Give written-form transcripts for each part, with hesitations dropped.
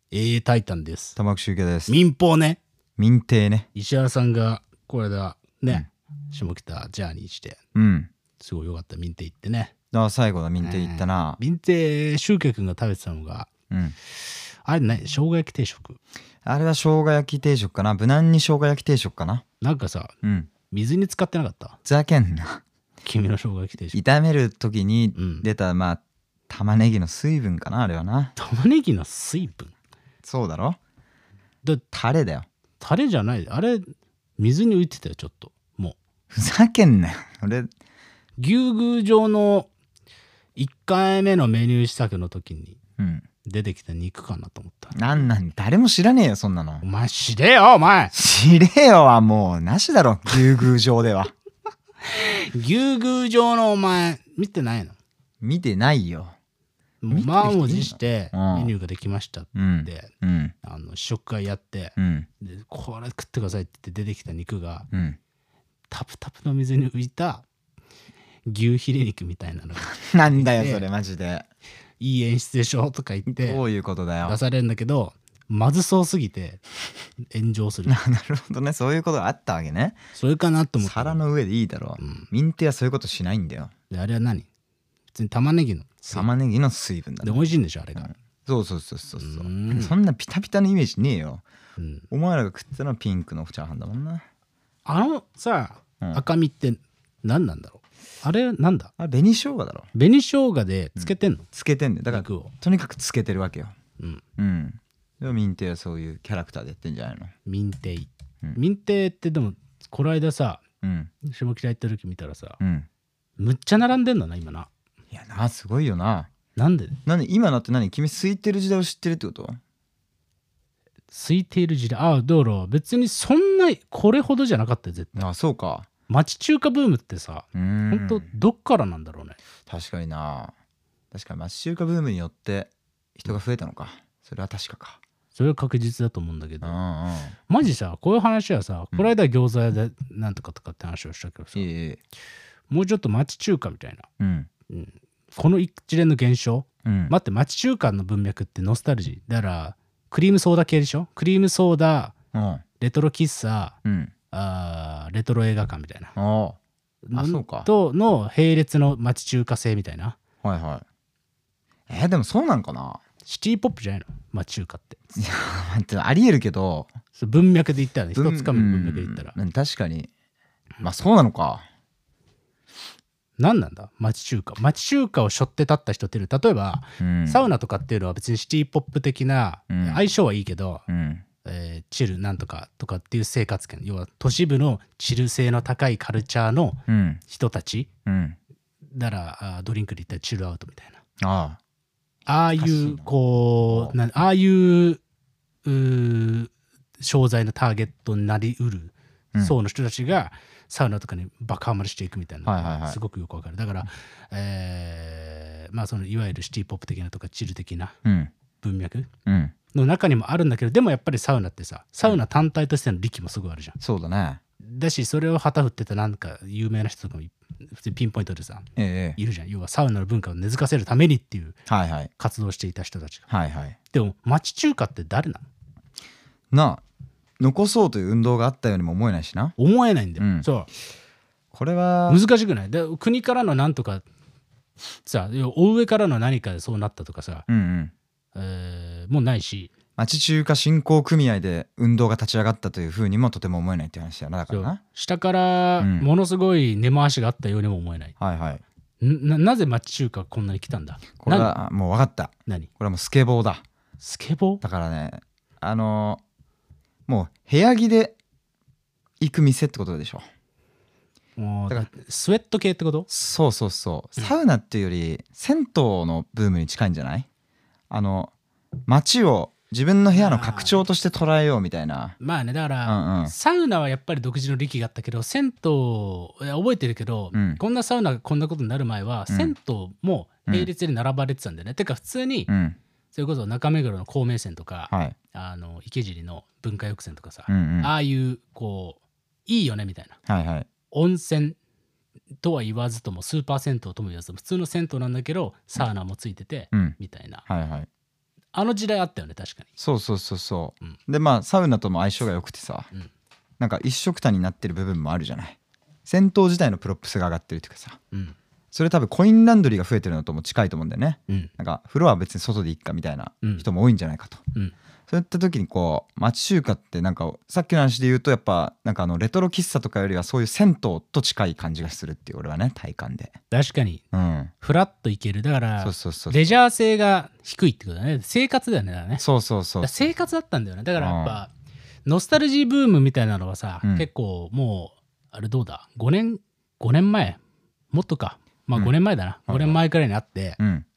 タイタンです。 玉木周家です。 民放ね。 民邸ね。 石原さんがこれだね、下北ジャーニーして、すごいよかった。民邸行ってね。 最後だ、民邸行ったな。 民邸、周家君が食べてたのが、あれね、生姜焼き定食。 あれは生姜焼き定食かな。無難に生姜焼き定食かな。 なんかさ、水に使ってなかった？ ふざけんな。 君の生姜焼き定食。 炒める時に出た、玉ねぎの水分かな、あれはな。 玉ねぎの水分？ そうだろ。タレだよ。 タレじゃない。あれ、水に浮いてたよ、ちょっと。もう。 ふざけんなよ。俺、 牛宮城の1回目のメニュー試作の時に出てきた肉かなと思った。 なん誰も知らねえよ、そんなの。 お前知れよ、お前。 知れよはもうなしだろ、牛宮城では。 牛宮城のお前、見てないの？ 見てないよ。 満を持してメニューができましたって、試食会やって、でこれ食ってくださいって言って出てきた肉が、タプタプの水に浮いた牛ヒレ肉みたいなのがなんだよそれマジで。 いい演出でしょとか言ってどういうことだよ。 出されるんだけど、まずそうすぎて炎上する。 なるほどね、そういうことがあったわけね。 それかなと思って。 皿の上でいいだろう。民邸はそういうことしないんだよ。 であれは何？普通に玉ねぎの水分だね。 で美味しいんでしょあれが。 そうそんなピタピタのイメージねえよ。お前らが食ったのはピンクのチャーハンだもんな。 あのさ、赤身って何なんだろう。あれなんだ。 あれ紅生姜だろ。 紅生姜でつけてんの？ つけてんね。だからとにかくつけてるわけよ。でも民邸はそういうキャラクターでやってんじゃないの。民邸ってでもこの間さ、下北行った時見たらさ、むっちゃ並んでんのな今な。 いやな、すごいよな。 なんで今のって何？君空いてる時代を知ってるってこと？ 空いている時代。だから別にそんなこれほどじゃなかったよ絶対。 そうか。 町中華ブームってさ、ほんとどっからなんだろうね。 確かにな。確かに町中華ブームによって人が増えたのか。それは確かか。 それは確実だと思うんだけど、マジさ、こういう話はさ、この間餃子屋でなんとかとかって話をしたけどさ、もうちょっと町中華みたいな、この一連の現象、待って、町中華の文脈ってノスタルジーだから、クリームソーダ系でしょ。クリームソーダ、レトロ喫茶、レトロ映画館みたいなそうかとの並列の町中華性みたいな。 でもそうなんかな。 シティポップじゃないの町中華って。 いやありえるけど、 文脈で言ったらね、一つかみの文脈で言ったら、 確かにそうなのか。 何なんだ町中華を背負って立った人っていう、例えば、サウナとかっていうのは別にシティポップ的な、相性はいいけど、チルなんとかとかっていう生活圏、要は都市部のチル性の高いカルチャーの人たち、だからドリンクで言ったらチルアウトみたいな、ああいうこうああいう商材のターゲットになりうる層の人たちがサウナとかに爆ハマりしていくみたいな、すごくよくわかる。だから、そのいわゆるシティポップ的なとかチル的な文脈の中にもあるんだけど、でもやっぱりサウナってさ、サウナ単体としての力もすごいあるじゃん。 そうだね。 だし、それを旗振ってたなんか有名な人とかも普通にピンポイントでさ、いるじゃん。要はサウナの文化を根付かせるためにっていう活動をしていた人たちが。でも町中華って誰なの？ 残そうという運動があったようにも思えないしな。 思えないんだよ。そう。 これは難しくない？で国からのなんとかさ、お上からの何かでそうなったとかさ、もうないし。 町中華振興組合で運動が立ち上がったというふうにもとても思えないって話だな。だからな、 下からものすごい根回しがあったようにも思えない。なぜ町中華こんなに来たんだ？ これはもう分かった。 何？ これはもうスケボーだ。 スケボーだからね、もう部屋着で行く店ってことでしょ。 だからスウェット系ってこと？ そうサウナっていうより銭湯のブームに近いんじゃない？街を自分の部屋の拡張として捉えようみたいな。 だから、サウナはやっぱり独自の力があったけど、銭湯覚えてるけど、こんなサウナがこんなことになる前は、銭湯も並列で並ばれてたんだよね。てか普通に、それこそ中目黒の孔明線とか、池尻の文化浴船とかさ、ああいうこういいよねみたいな、温泉とは言わずともスーパー銭湯とも言わずとも普通の銭湯なんだけどサウナもついてて、みたいな、 あの時代あったよね確かに。 そうそうそうそう、 うん、 でまあサウナとも相性が良くてさ、 うん、 なんか一緒くたになってる部分もあるじゃない。銭湯自体のプロップスが上がってるっていうかさ、 うん、 それ多分コインランドリーが増えてるのとも近いと思うんだよね、 うん、 なんか風呂は別に外でいっかみたいな人も多いんじゃないかと、 うん、 そういった時にこう町中華ってなんかさっきの話で言うとやっぱなんかレトロ喫茶とかよりはそういう銭湯と近い感じがするっていう俺はね体感で。 確かにフラッといける。だからそうそうそう、 レジャー性が低いってことだね。生活だよね。だからね。 そうそうそう、 生活だったんだよね。だからやっぱノスタルジーブームみたいなのはさ、結構もうあれどうだ5年前もっとか、まあ5年前だな、5年前くらいにあって、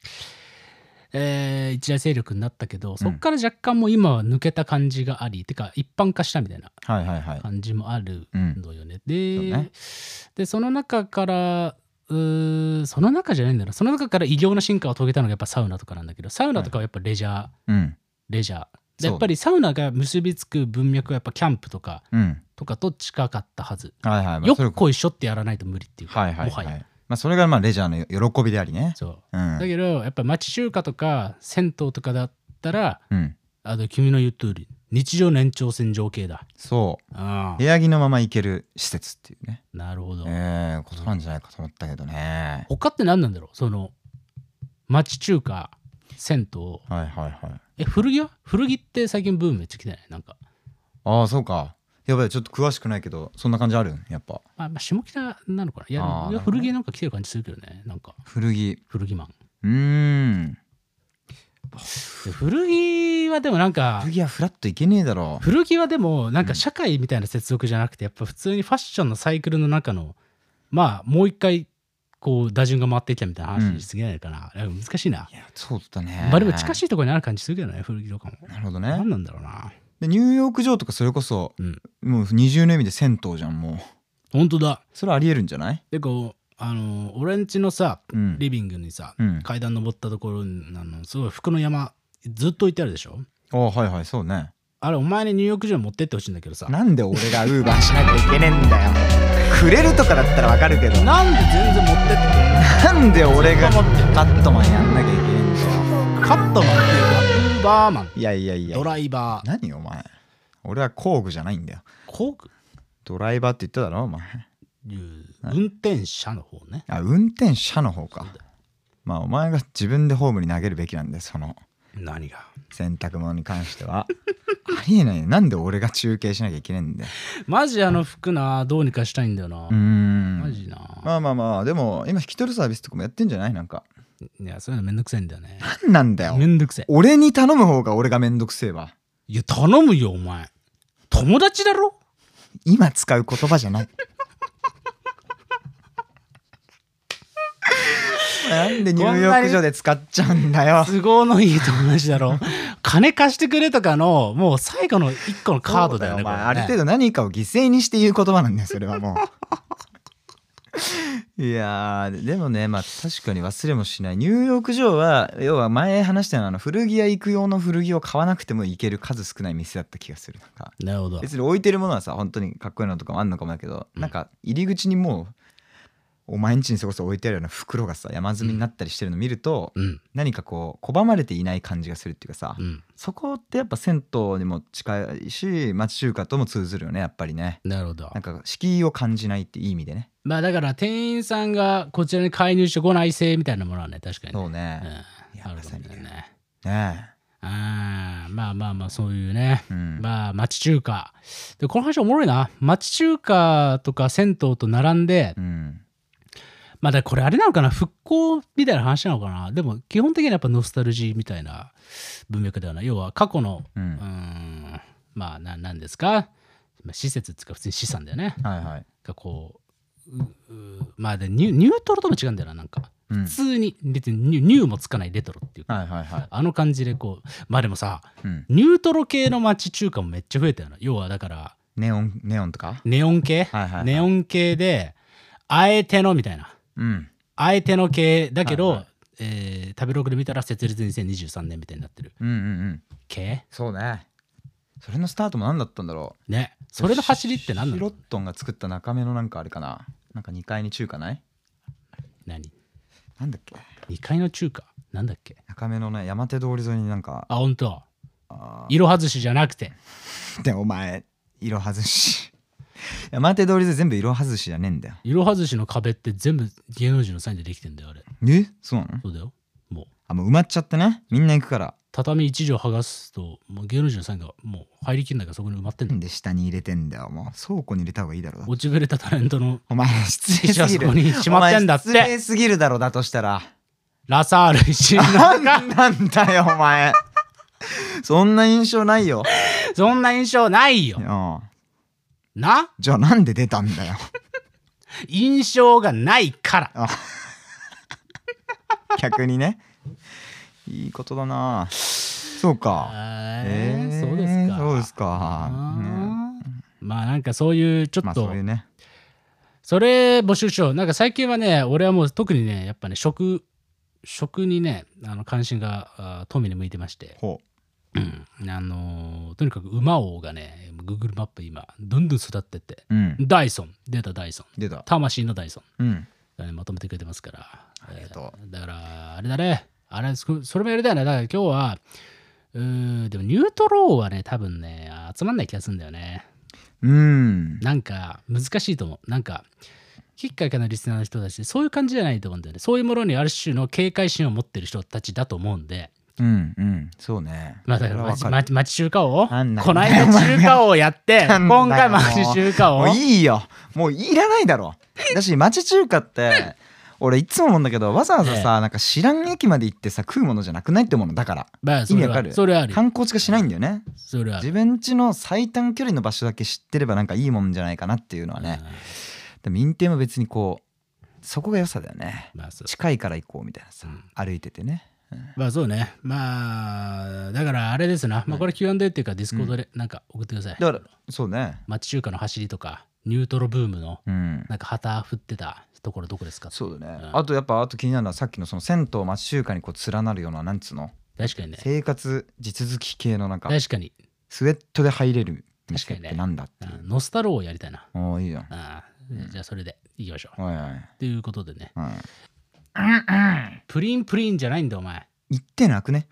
一大勢力になったけど、そっから若干もう今は抜けた感じがあり、てか一般化したみたいな感じもあるのよね。でその中からその中じゃないんだろう、その中から異様な進化を遂げたのがやっぱサウナとかなんだけど、サウナとかはやっぱレジャー、でやっぱりサウナが結びつく文脈はやっぱキャンプとか、と近かったはず、よっこいしょってやらないと無理っていうか、もはやまあそれがまあレジャーの喜びでありね。 そう、だけどやっぱ町中華とか銭湯とかだったら、君の言う通り日常の延長線上系だ。 そう、部屋着のまま行ける施設っていうね。 なるほど、 ことなんじゃないかと思ったけどね。 他って何なんだろう、その町中華銭湯、古着って最近ブームめっちゃ来てないなんか。 ああそうか、やばいちょっと詳しくないけどそんな感じあるんやっぱ。 まあ下北なのかな。いや古着なんか来てる感じするけどね。なんか古着マン。古着はでもなんか古着はフラッといけねえだろ。 古着はでもなんか社会みたいな接続じゃなくて、やっぱ普通にファッションのサイクルの中のまあもう一回こう打順が回ってきたみたいな話にしすぎないかな、難しいな。 いやそうだね。 まあでも近しいところにある感じするけどね、古着とかも。 なるほどね。 何なんだろうな。 でニューヨーク城とかそれこそ、もう二重の意味で銭湯じゃんもう。 本当だ。 それありえるんじゃない？ でこう俺ん家のさ、リビングにさ、階段登ったところにすごい服の山ずっと置いてあるでしょ。 はいはいそうね。 あれお前にニューヨーク城持ってってほしいんだけどさ。 なんで俺がウーバーしなきゃいけねえんだよ。くれるとかだったらわかるけど、 なんで全然持ってってくれない。 なんで俺がカットマンやんなきゃいけねえんだよ。 カットマンっていうかウーバーマン。 いやドライバー。 何お前、俺は工具じゃないんだよ。 工具？ ドライバーって言っただろお前。 運転者の方ね。 運転者の方か。まあお前が自分でホームに投げるべきなんだよ、その何が洗濯物に関しては。ありえないよ。なんで俺が中継しなきゃいけないんだよ。 マジ服な、どうにかしたいんだよな。マジな。 まあでも今引き取るサービスとかもやってんじゃない？なんかいやそういうのめんどくさいんだよね。 なんなんだよめんどくさい。 俺に頼む方が俺がめんどくせえわ。 いや頼むよお前、友達だろ。 今使う言葉じゃない。なんでニューヨーク城で使っちゃうんだよ。 都合のいい友達だろ。金貸してくれとかのもう最後の一個のカードだよね。 ある程度何かを犠牲にして言う言葉なんだよそれはもう。いやでもね、まあ確かに忘れもしない。ニューヨーク城は要は前話したような古着屋行く用の古着を買わなくても行ける数少ない店だった気がする。なんかなるほど。 別に置いてるものはさ本当にかっこいいのとかもあんのかもだけど、なんか入り口にもうお前ん家にそこそ置いてあるような袋がさ山積みになったりしてるの見ると、何かこう拒まれていない感じがするっていうかさ、そこってやっぱ銭湯にも近いし町中華とも通ずるよねやっぱりね。 なるほど。 なんか敷居を感じないっていい意味でね。 まあだから店員さんがこちらに介入してこない性みたいなものはね確かにね。 そうね。 あるかもね。 ねえ。 まあそういうね、まあ町中華でこの話おもろいな。町中華とか銭湯と並んで、まあだこれあれなのかな、復興みたいな話なのかな。でも基本的にはやっぱノスタルジーみたいな文脈ではない。要は過去のまあ何ですか、施設っていうか普通に資産だよね。がこうまあでニュートロとも違うんだよな。なんか普通に別にニューもつかないレトロっていうか、あの感じでこうまあでもさ、ニュートロ系の町中華もめっちゃ増えたよな。要はだからネオンとかネオン系、ネオン系であえてのみたいな、あえての系だけど、食べログで見たら設立2023年みたいになってる系。 そうね。それのスタートも何だったんだろうね。それの走りって何なの？ ヒロットンが作った中目のなんかあれかな、なんか2階に中華ない？ 何なんだっけ、 2階の中華なんだっけ。 中目のね山手通り沿いになんか、 あ、ほんと。色外しじゃなくて。 でお前色外し山手通りで全部色外しじゃねえんだよ。 色外しの壁って全部芸能人のサインでできてんだよあれ。 そうなの？ そうだよ。もう埋まっちゃってね、みんな行くから。 畳1畳剥がすともう芸能人のサインがもう入りきんないからそこに埋まってんだ。 なんで下に入れてんだよ、もう倉庫に入れた方がいいだろ。 落ちぶれたタレントのお前失礼すぎる。 そこにしまってんだって。 お前失礼すぎるだろ。だとしたらラサール石井なんだよお前そんな印象ないよ。 そんな印象ないよ。な？ じゃあなんで出たんだよ印象がないから逆にね。いいことだな。そうか。 そうですか。 そうですか。 まあなんかそういうちょっと、 そういうね、 それ募集しよう。なんか最近はね、俺はもう特にねやっぱね食にね関心が富に向いてまして、とにかく馬王がね Google マップ今どんどん育ってって、ダイソン出た魂のダイソン、まとめてくれてますから。 ありがとう。だからあれだね、それもやりたいね。だから今日はでもニュートローはね多分ね集まんない気がするんだよね。なんか難しいと思う。なんかきっかけのリスナーの人たちそういう感じじゃないと思うんだよね。そういうものにある種の警戒心を持ってる人たちだと思うんで。 そうね。 まあだから町中華王、この間中華王をやって今回町中華王もういいよ、もういらないだろ。だし町中華って俺いつも思うんだけど、わざわざさなんか知らん駅まで行ってさ食うものじゃなくないって思うのだから。意味わかる？ それある。 観光地化しないんだよね。 それある。 自分家の最短距離の場所だけ知ってればなんかいいもんじゃないかなっていうのはね。でも民邸も別にこうそこが良さだよね。近いから行こうみたいなさ、歩いててね。 まあそうね。まあだからあれですな。まあこれ Q&A っていうかディスコードでなんか送ってください。 だからそうね。 町中華の走りとかニュートロブームのなんか旗振ってたところどこですか？ そうだね。あとやっぱ気になるのはさっきのその銭湯町中華にこう連なるようななんつうの。 確かにね。 生活地続き系のなんか。 確かに。 スウェットで入れる店ってなんだっていう。 ノスタローをやりたいな。 いいよ。 じゃあそれでいきましょう。 はい。 ということでね。プリンプリンじゃないんだお前。 言ってなくね。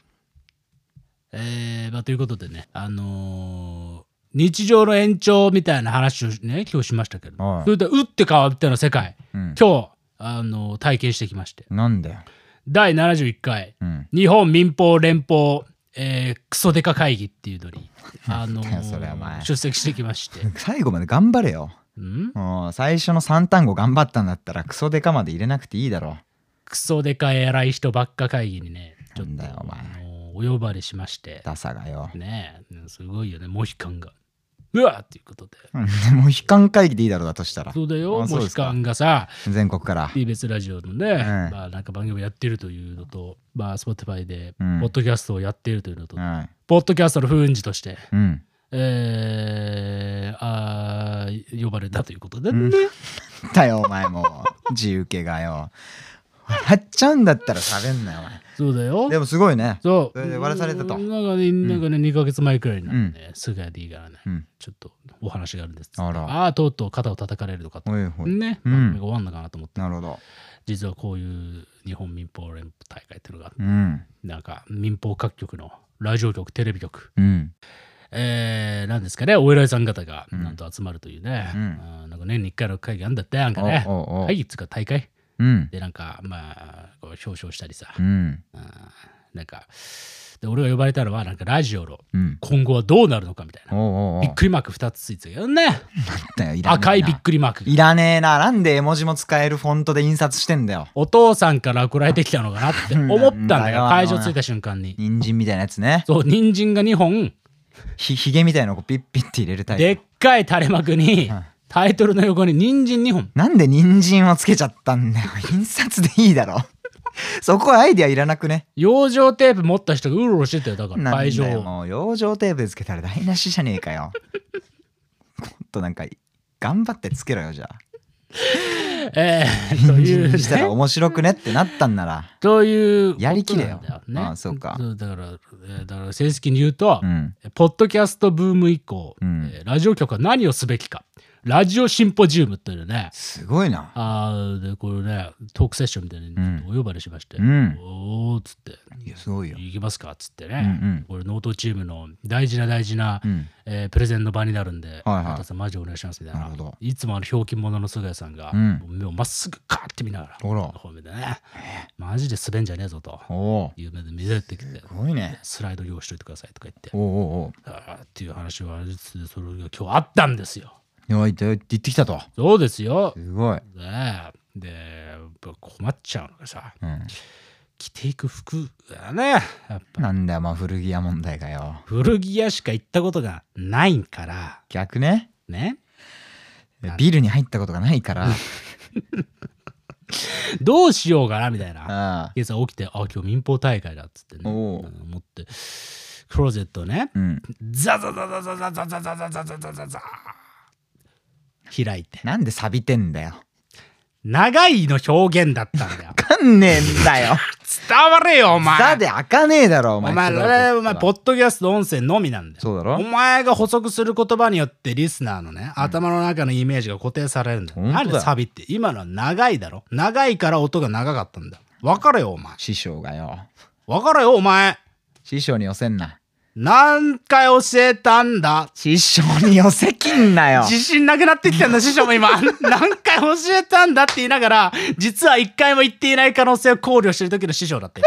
まあということでね、日常の延長みたいな話をね今日しましたけど、それで打って変わっての世界、今日体験してきまして。 なんだよ。 第71回、日本民放連邦クソデカ会議っていうのに出席してきまして。 最後まで頑張れよ。最初の3単語頑張ったんだったらクソデカまで入れなくていいだろ。 クソデカ偉い人ばっか会議にねちょっとお呼ばれしまして。 ダサがよ。 ねえすごいよねモヒカンが。うわっっていうことで。 モヒカン会議でいいだろうだとしたら。 そうだよ。モヒカンがさ全国から TBS ラジオのね、まあなんか番組をやってるというのと、まあ Spotify でポッドキャストをやっているというのと、ポッドキャストの風雲児として、呼ばれたということでね。 だよお前も自由形がよ。笑っちゃうんだったら喋んなよお前。 そうだよ。 でもすごいね。 そう。 それで笑されたと。 なんかね2ヶ月前くらいになってね、菅でいいからね、ちょっとお話があるんです。とうとう肩を叩かれるのかと。ね。番組が終わんのかなと思って。 なるほど。 実はこういう日本民放連邦大会っていうのがあって、なんか民放各局のラジオ局テレビ局、なんですかね、お偉いさん方がなんと集まるというね、なんか年に1回の会議あんだってなんかね、会議っつうか大会でなんかまあこう表彰したりさ、なんかで俺が呼ばれたのはなんかラジオの今後はどうなるのかみたいな、びっくりマーク2つついてるよね。赤いびっくりマークいらねえな。なんで絵文字も使えるフォントで印刷してんだよ。 お父さんから送られてきたのかなって思ったんだよ会場着いた瞬間に。 人参みたいなやつね。 そう人参が2本ひげみたいなのをピッピッて入れるタイプ。 でっかい垂れ幕にタイトルの横に人参2本。 なんで人参をつけちゃったんだよ。印刷でいいだろ。そこはアイディアいらなくね。 養生テープ持った人がうろうろしてたよ。だから会場をもう養生テープでつけたら台無しじゃねえかよ。もっとなんか頑張ってつけろよじゃあ。 というしたら面白くねってなったんならというやりきれよ。 ああそうか。 だから正式に言うと、ポッドキャストブーム以降、ラジオ局は何をすべきか。 ラジオシンポジウムっていうね、 すごいな。 でこれねトークセッションみたいにお呼ばれしまして、おーっつって、 いやすごいよ。 行きますかっつってね、これノートチームの大事な、プレゼンの場になるんで、 はいはい、 畑さんマジお願いしますみたいな。 なるほど。 いつもひょうきん者の菅谷さんが、目をまっすぐカーって見ながら、方面でね、マジで滑んじゃねえぞという目で見せてきて、 すごいね。 スライド用意しといてくださいとか言って、っていう話はそれが今日あったんですよ。 行ってきたと。 そうですよ。 すごい。 で困っちゃうのがさ、着ていく服だね。やっぱなんだよまあ古着屋問題かよ。 古着屋しか行ったことがないから。 逆ね。 ね。 ビルに入ったことがないから。 どうしようかなみたいな。今朝起きて今日民放大会だっつってね、思ってクローゼットね、ザザザザザザザザザザザザザザ開いて。 なんで錆びてんだよ。 長いの表現だったんだよ。 わかんねえんだよ。 伝われよお前。 ザで開かねえだろお前。 お前ポッドキャスト音声のみなんだよ。 そうだろ。 お前が補足する言葉によってリスナーのね、頭の中のイメージが固定されるんだよ。なんでサビって。今のは長いだろ。長いから音が長かったんだよ。分かれよお前。 師匠がよ。 分かれよお前。 師匠に寄せんな。 何回教えたんだ。 師匠に寄せきんなよ。 自信なくなってきたんだ師匠も今。何回教えたんだって言いながら、実は一回も言っていない可能性を考慮してる時の師匠だって。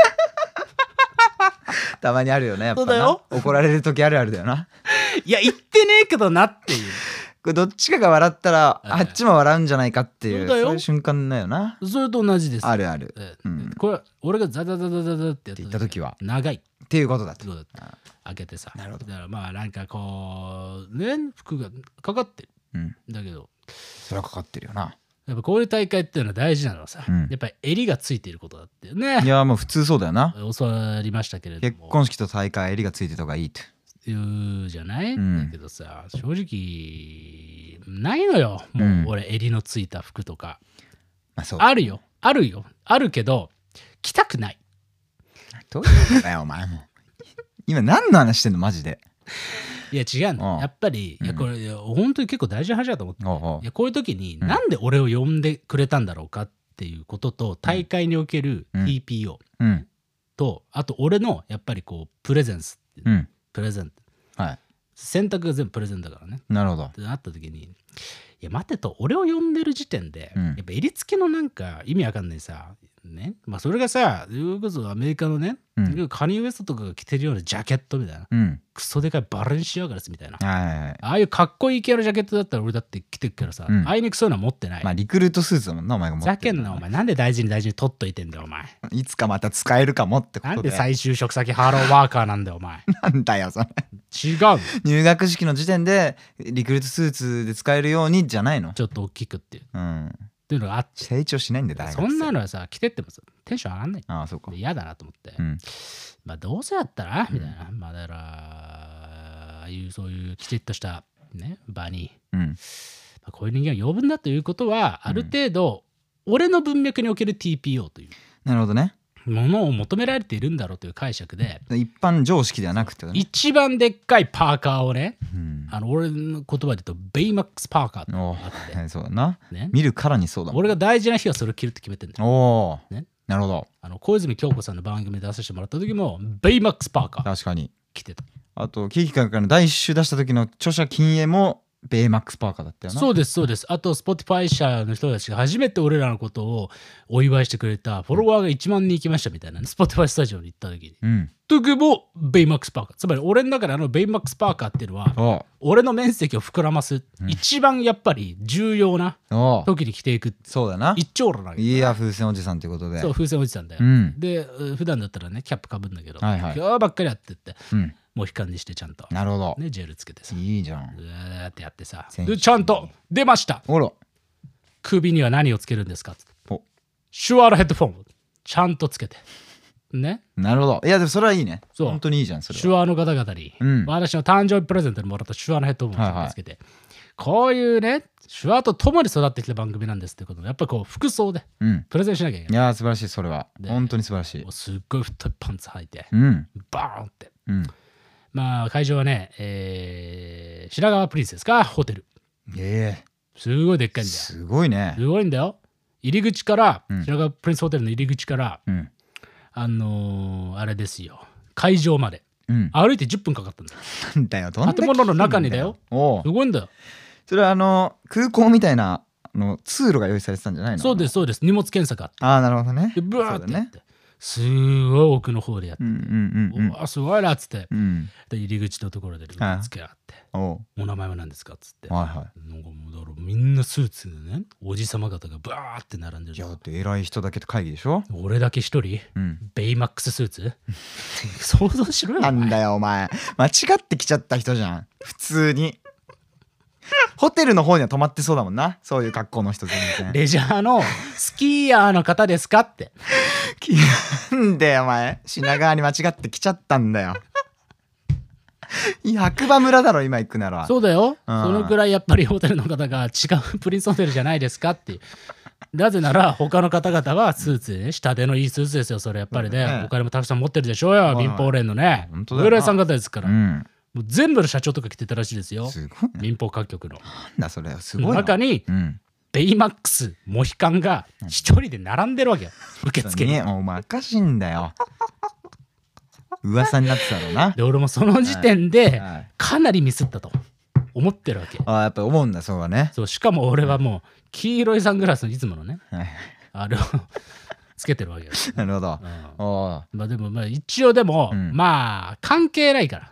たまにあるよねやっぱな。 そうだよ。 怒られる時あるあるだよな。 いや言ってねえけどなっていう。 これどっちかが笑ったらあっちも笑うんじゃないかっていう、そういう瞬間だよな。 それと同じです。 あるある。 これ俺がザザザザザザって言った時は長いっていうことだって。 開けてさ。 なるほど。 だからまあなんかこうね服がかかってる。だけどそれはかかってるよな。 やっぱこういう大会っていうのは大事なのはさ、やっぱり襟がついていることだっていうね。 いやもう普通そうだよな。 教わりましたけれども。 結婚式と大会襟がついてた方がいいと言うじゃない、だけどさ正直ないのよもう、俺襟のついた服とか、あるよあるけど着たくない。 どういうことだよお前も今何の話してんのマジで。 いや違うのやっぱり、いやこれ本当に結構大事な話だと思って、いやこういう時になんで俺を呼んでくれたんだろうかっていうことと、大会における TPO と、あと俺のやっぱりこうプレゼンスっていう、プレゼント、選択が全部プレゼントだからね。 なるほど。 ってなった時に、いや待てと、俺を呼んでる時点で、やっぱ襟付きのなんか意味わかんないさね、まあそれがさ、それこそアメリカのね、カニウエストとかが着てるようなジャケットみたいな、クソでかいバレンシアガラスみたいな、ああいうかっこいい系のジャケットだったら俺だって着てるけどさ、あいにくそういうのは持ってない。 まあリクルートスーツだもんなお前が持ってる。 ざけんなお前、なんで大事に取っといてんだよお前。 いつかまた使えるかもってことで。 なんで再就職先ハローワーカーなんだよお前。 なんだよそれ。 違う。 入学式の時点でリクルートスーツで使えるようにじゃないの。 ちょっと大きくっていう。っていうのがあって、 成長しないんで大学生。 そんなのはさ着てってもさテンション上がんない。 ああそうか。 嫌だなと思って、まあどうせやったらみたいな、まあだからああいうそういうきちっとしたね場に、こういう人間を呼ぶんだということはある程度、俺の文脈における TPO というなるほどねものを求められているんだろうという解釈で、 一般常識ではなくて、 一番でっかいパーカーをね、俺の言葉で言うとベイマックスパーカーってあって、 そうだな、見るからにそうだもん。 俺が大事な日はそれを着るって決めてんだよ。 おお、なるほど。 小泉京子さんの番組で出させてもらった時もベイマックスパーカー確かに着てた。 あとキキカからの第一週出した時の著者禁煙もベイマックスパーカーだったよな。 そうですそうです。あと Spotify 社の人たちが初めて俺らのことをお祝いしてくれたフォロワーが1万人行きましたみたいなね、Spotify スタジオに行った時に、時もベイマックスパーカー、つまり俺の中でベイマックスパーカーっていうのは俺の面積を膨らます一番やっぱり重要な時に着ていく。 そうだな、 一丁羅な。 いや風船おじさんってことで。 そう風船おじさんだよ、で普段だったらねキャップかぶるんだけど、今日ばっかりやってって、もう悲観にしてちゃんと、 なるほど、 ね、ジェルつけてさ、 いいじゃん、 うーってやってさ、でちゃんと出ました。 おら首には何をつけるんですかって、シュワールヘッドフォンをちゃんとつけてね。 なるほど。いやでもそれはいいね。そう本当にいいじゃんそれは。 シュワーの方々に、私の誕生日プレゼントにもらったシュワーのヘッドフォンをちゃんとつけて、こういうねシュワーと共に育ってきた番組なんですってことで、やっぱりこう服装でプレゼンしなきゃいけない。 いや素晴らしい、それは本当に素晴らしい。 すっごい太いパンツ履いて、バーンって、まあ会場はね、品川プリンスですか、ホテル。 すごいでっかいんだよ。 すごいね。 すごいんだよ。入り口から、白川プリンスホテルの入り口から、あれですよ、会場まで、歩いて10分かかったんだよ。 なんだよ、どんだけ建物の中にだよ。すごいんだよ。 それは空港みたいな通路が用意されてたんじゃないの？ そうですそうです。荷物検査があって。 ああ、なるほどね。 でブワーってやって、すごい奥の方でやって、うわすごいなっつって、で入り口のところで受付があって、お名前は何ですかっつって、なんかみんなスーツでね、おじさま方がバーって並んでる。 いやだって偉い人だけと会議でしょ。 俺だけ一人、ベイマックススーツ想像しろよ。 なんだよお前、間違ってきちゃった人じゃん普通に。ホテルの方には泊まってそうだもんな、そういう格好の人全然。 レジャーのスキーヤーの方ですかって。 なんでお前品川に間違ってきちゃったんだよ。白馬村だろ今行くなら。 そうだよ、そのくらいやっぱりホテルの方が違うプリンスホテルじゃないですかって。なぜなら他の方々はスーツね、下手のいいスーツですよそれ。やっぱりね、お金もたくさん持ってるでしょうよ、民放連のねお偉いさん方ですから、もう全部の社長とか来てたらしいですよ。 すごい、ね、 民放各局の。 なんだそれ、すごいな。 中に、ベイマックスモヒカンが一人で並んでるわけよ、受付に。 もうお前おかしいんだよ。噂になってたのな。 で俺もその時点でかなりミスったと思ってるわけ。 やっぱ思うんだ。そうだね。 そう、しかも俺はもう黄色いサングラスのいつものね、あれをつけてるわけよ。 なるほど。 まあでも一応でもまあ関係ないから、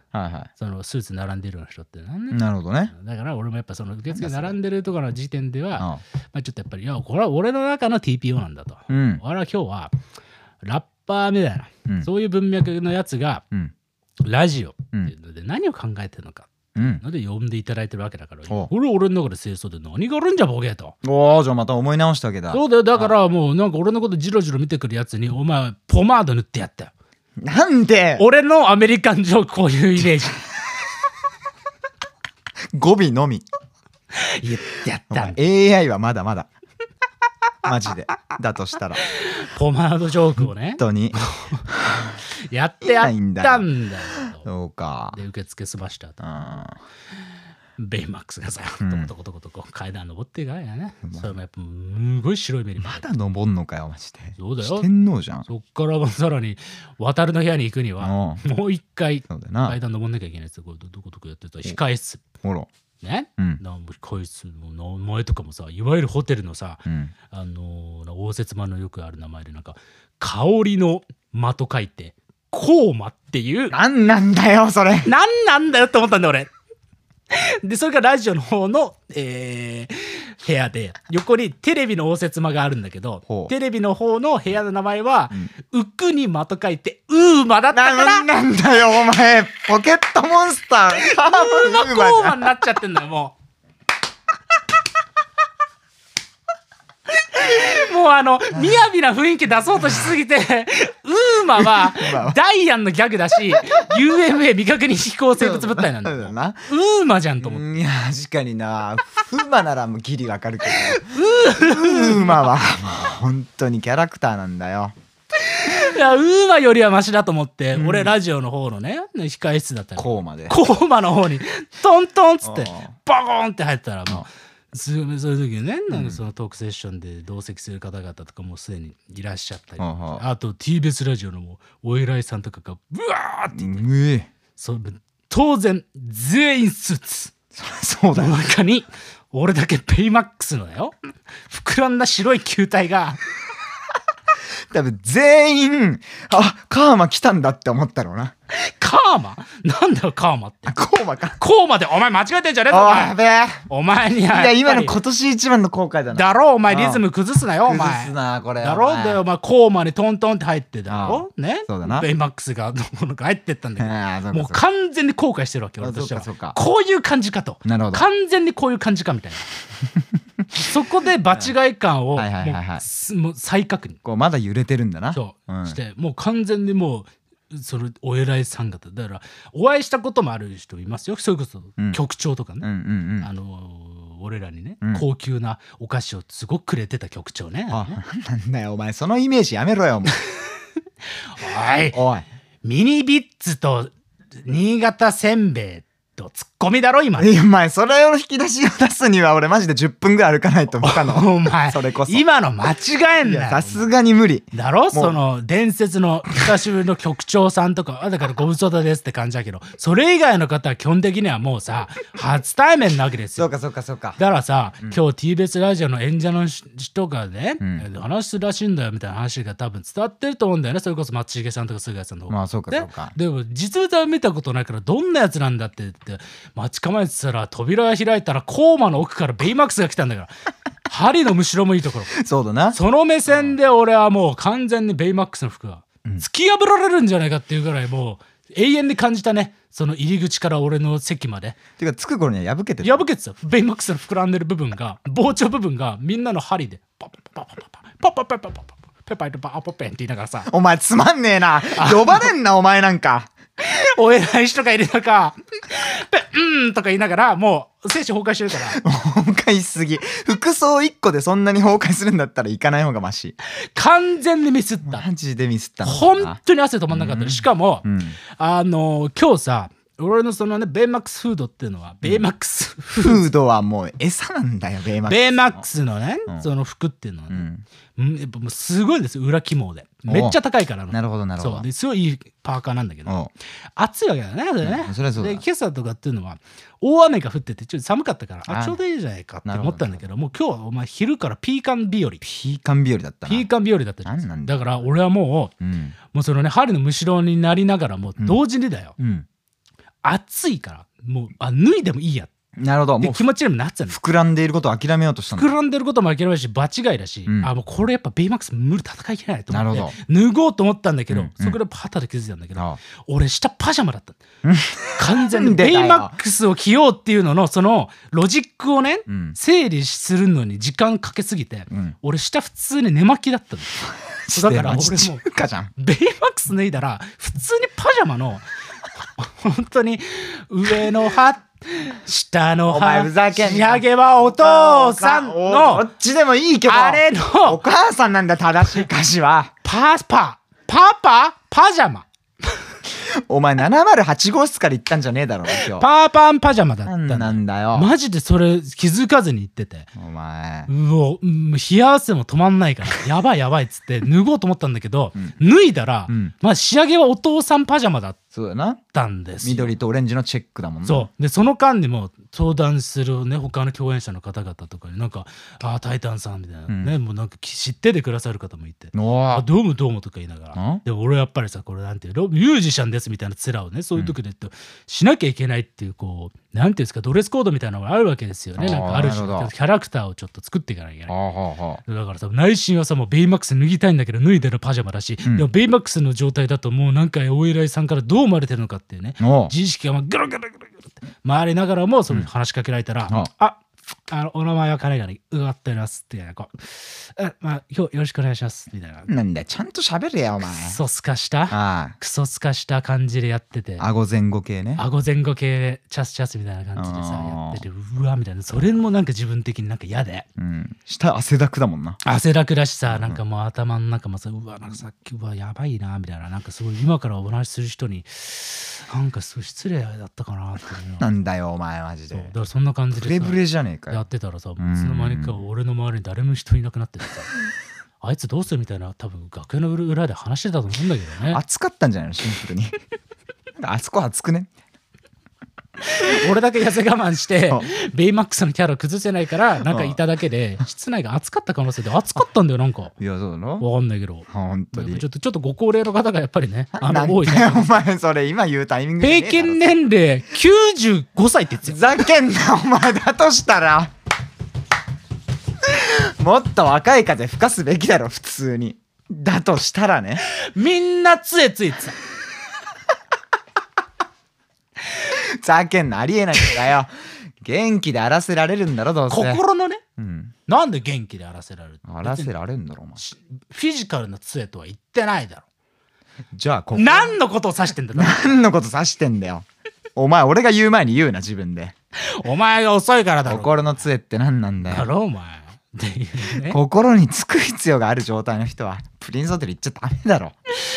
そのスーツ並んでるような人ってなるほどね。 だから俺もやっぱその受付並んでるところの時点ではまあちょっとやっぱり、いやこれは俺の中の TPO なんだと。俺は今日はラッパーみたいなそういう文脈のやつがラジオっていうので何を考えてるのかので呼んでいただいてるわけだから、これ俺の中で清掃で何があるんじゃボケと。 じゃあまた思い直したわけだ。 そうだよ。だからもうなんか俺のことジロジロ見てくるやつにお前ポマード塗ってやったよ。 なんで俺のアメリカンジョークこういうイメージ語尾のみ言ってやった。 AI はまだまだマジでだとしたらポマードジョークをね本当にやってやったんだよ。 そうか。 で受付済ましたとベイマックスがさトコトコ階段登っていかやね。それもやっぱすごい白い目にまだ登んのかよマジで。 そうだよ、 天皇じゃん。 そっからさらに渡るの部屋に行くにはもう一回階段登んなきゃいけないですよ。どこやってた控え室ね、控え室の名前とかもさ、いわゆるホテルのさ、応接間のよくある名前でなんか香りの間と書いてコーマっていう。 なんなんだよそれ。 なんなんだよって思ったんだ俺。でそれがラジオの方の、部屋で横にテレビの応接間があるんだけど、テレビの方の部屋の名前はウクに間と書いてウーマだったから。 なんだよお前ポケットモンスターウーマコーマになっちゃってんだよもう。もう雅な雰囲気出そうとしすぎてウーマはダイアンのギャグだしUMA 未確認飛行生物物体なんだよ。ウーマじゃんと思って。 いや確かにな。フーマならもうギリわかるけどウーマはもう本当にキャラクターなんだよ。 いやウーマよりはマシだと思って、俺ラジオの方のね控え室だったらコーマでコーマの方にトントンっつってバコーンって入ったらもうそういう時にね、なんかそのトークセッションで同席する方々とかもすでにいらっしゃったり、あと TBS ラジオのもお偉いさんとかがブワーって言って、当然全員スーツ。 そうだよ。 中に俺だけペイマックスのだよ膨らんだ白い球体が多分全員カーマ来たんだって思ったろうな。 カーマなんだよカーマって。 コーマか。 コーマでお前間違えてんじゃねえぞお前には。 いや今の今年一番の後悔だな。 だろお前リズム崩すなよお前。 崩すなこれ。 だろでお前コーマにトントンって入ってだろね。 そうだな。 ベイマックスが入ってったんだけどもう完全に後悔してるわけ俺としては。こういう感じかと。 なるほど。 完全にこういう感じかみたいな。そこで場違い感をもう再確認。 こうまだ揺れてるんだな。 そうしてもう完全にもうそのお偉いさん方だからお会いしたこともある人いますよ。それこそ局長とかね、俺らにね、高級なお菓子をすごくくれてた局長ね。 なんだよお前そのイメージやめろよもう。 おいミニビッツと新潟せんべいドツッコミだろ今。 いやお前それを引き出しを出すには俺マジで10分ぐらい歩かないと他のお前それこそ今の間違えんだよ。 さすがに無理だろ。その伝説の久しぶりの局長さんとかだからご無沙汰ですって感じだけど、それ以外の方は基本的にはもうさ初対面なわけですよ。 そうかそうかそうか。 だからさ、今日 TBS ラジオの演者の人がね、話すらしいんだよみたいな話が多分伝わってると思うんだよね。それこそ松重さんとか菅谷さんとか。 まあそうかそうか。 でも実物は見たことないからどんなやつなんだって言って待ち構えてたら、扉が開いたらコーマの奥からベイマックスが来たんだから針のむしろもいいところ。 そうだな。 その目線で俺はもう完全にベイマックスの服が突き破られるんじゃないかっていうぐらいもう永遠に感じたね。その入り口から俺の席までてか着く頃には破けてた。 破けてた。ベイマックスの膨らんでる部分が膨張部分がみんなの針でパパパパパパパパパパパパペパイとパーポペンって言いながらさ、 お前つまんねえな。呼ばれんなお前なんか。 お偉い人がいる中とか言いながらもう精神崩壊してるから崩壊しすぎ。服装1個でそんなに崩壊するんだったら行かない方がマシ。 完全にミスった。 マジでミスったの。 本当に汗止まんなかった。しかも、今日さ俺のそのねベイマックスフードっていうのは、ベイマックスフードはもう餌なんだよ。ベイマックス。 ベイマックスのね、その服っていうのはね、やっぱもうすごいんですよ。裏肝でめっちゃ高いからの。 なるほどなるほど。 そうですごいいいパーカーなんだけど暑いわけだよね。それね、 そりゃそうだ。 で今朝とかっていうのは大雨が降っててちょっと寒かったからちょうどいいじゃないかって思ったんだけど、もう今日はお前昼からピーカン日和。 ピーカン日和だったな。 ピーカン日和だったじゃん。だから俺はもうそのね針のむしろになりながらも同時にだよ、暑いからもう脱いでもいいや。 なるほど。 もう気持ちにもなってたの。 膨らんでいることを諦めようとしたんだ。 膨らんでることも諦めるし場違いだし、もうこれやっぱベイマックス無理戦いきれないと思って脱ごうと思ったんだけど、そこでパタで気づいたんだけど、俺下パジャマだった。完全にベイマックスを着ようっていうののそのロジックをね、整理するのに時間かけすぎて、俺下普通に寝巻きだったの。だから俺もベイマックス脱いだら普通にパジャマの本当に上の歯下の歯仕上げはお父さんのどっちでもいいけどあれのお母さんなんだ。正しい歌詞はパジャマ。 お前708号室から行ったんじゃねえだろ今日。 パーパンパジャマだったなんだよ。 マジでそれ気づかずに言ってて、 お前冷や汗も止まんないからやばいやばいっつって脱ごうと思ったんだけど、脱いだら、まあ仕上げはお父さんパジャマだったんですよ。 緑とオレンジのチェックだもんね。 そうでその間にも相談するね他の共演者の方々とかになんかタイタンさんみたいなね、もうなんか知っててくださる方もいて、どうもどうもとか言いながら、でも俺やっぱりさこれなんていうのミュージシャンですみたいな面をねそういう時で言うとしなきゃいけないっていうこうなんていうんですかドレスコードみたいなのがあるわけですよね。なんかある種キャラクターをちょっと作っていかなきゃいけない。だからさ内心はさもうベイマックス脱ぎたいんだけど脱いでるパジャマだし、でもベイマックスの状態だともうなんかお偉いさんからどう思われてるのかっていうね自意識がぐるぐるぐるぐるって回りながらもその話しかけられたら、お名前は金がね伺っておりますってこう今日よろしくお願いしますみたいな。 なんだよちゃんと喋れよお前。 クソすかした感じでやってて、 顎前後系ね。 顎前後系でチャスチャスみたいな感じでさやってて、うわみたいな。それもなんか自分的になんか嫌で、 下汗だくだもんな。 汗だくだしさ、なんかもう頭の中もさうわなんかさっきやばいなみたいな、なんかすごい今からお話しする人になんかすごい失礼だったかなってなんだよお前マジで。 だからそんな感じでブレブレじゃねえかよやってたらさ、いつの間にか俺の周りに誰も人いなくなっててさあいつどうするみたいな多分楽屋の裏で話してたと思うんだけどね。 暑かったんじゃないのシンプルにあそこ暑くね俺だけ痩せ我慢してベイマックスのキャラ崩せないからなんかいただけで室内が暑かった可能性で暑かったんだよなんか。 いやそうだろ分かんないけど本当にちょっとご高齢の方がやっぱりね多いね。お前それ今言うタイミング平均年齢95歳って言ってふざけんなお前。だとしたらもっと若い風吹かすべきだろ普通に。だとしたらねみんな杖ついてたふざけんなありえないんだよ元気で荒らせられるんだろどうせ。 心のね、なんで元気で荒らせられる荒らせられるんだろお前。 フィジカルな杖とは言ってないだろ。 じゃあ何のことを指してんだろ。 何のこと指してんだよお前。俺が言う前に言うな自分で。 お前が遅いからだろ。 心の杖って何なんだよ。 だろお前っていうね。 心につく必要がある状態の人はプリンスホテル行っちゃダメだろ。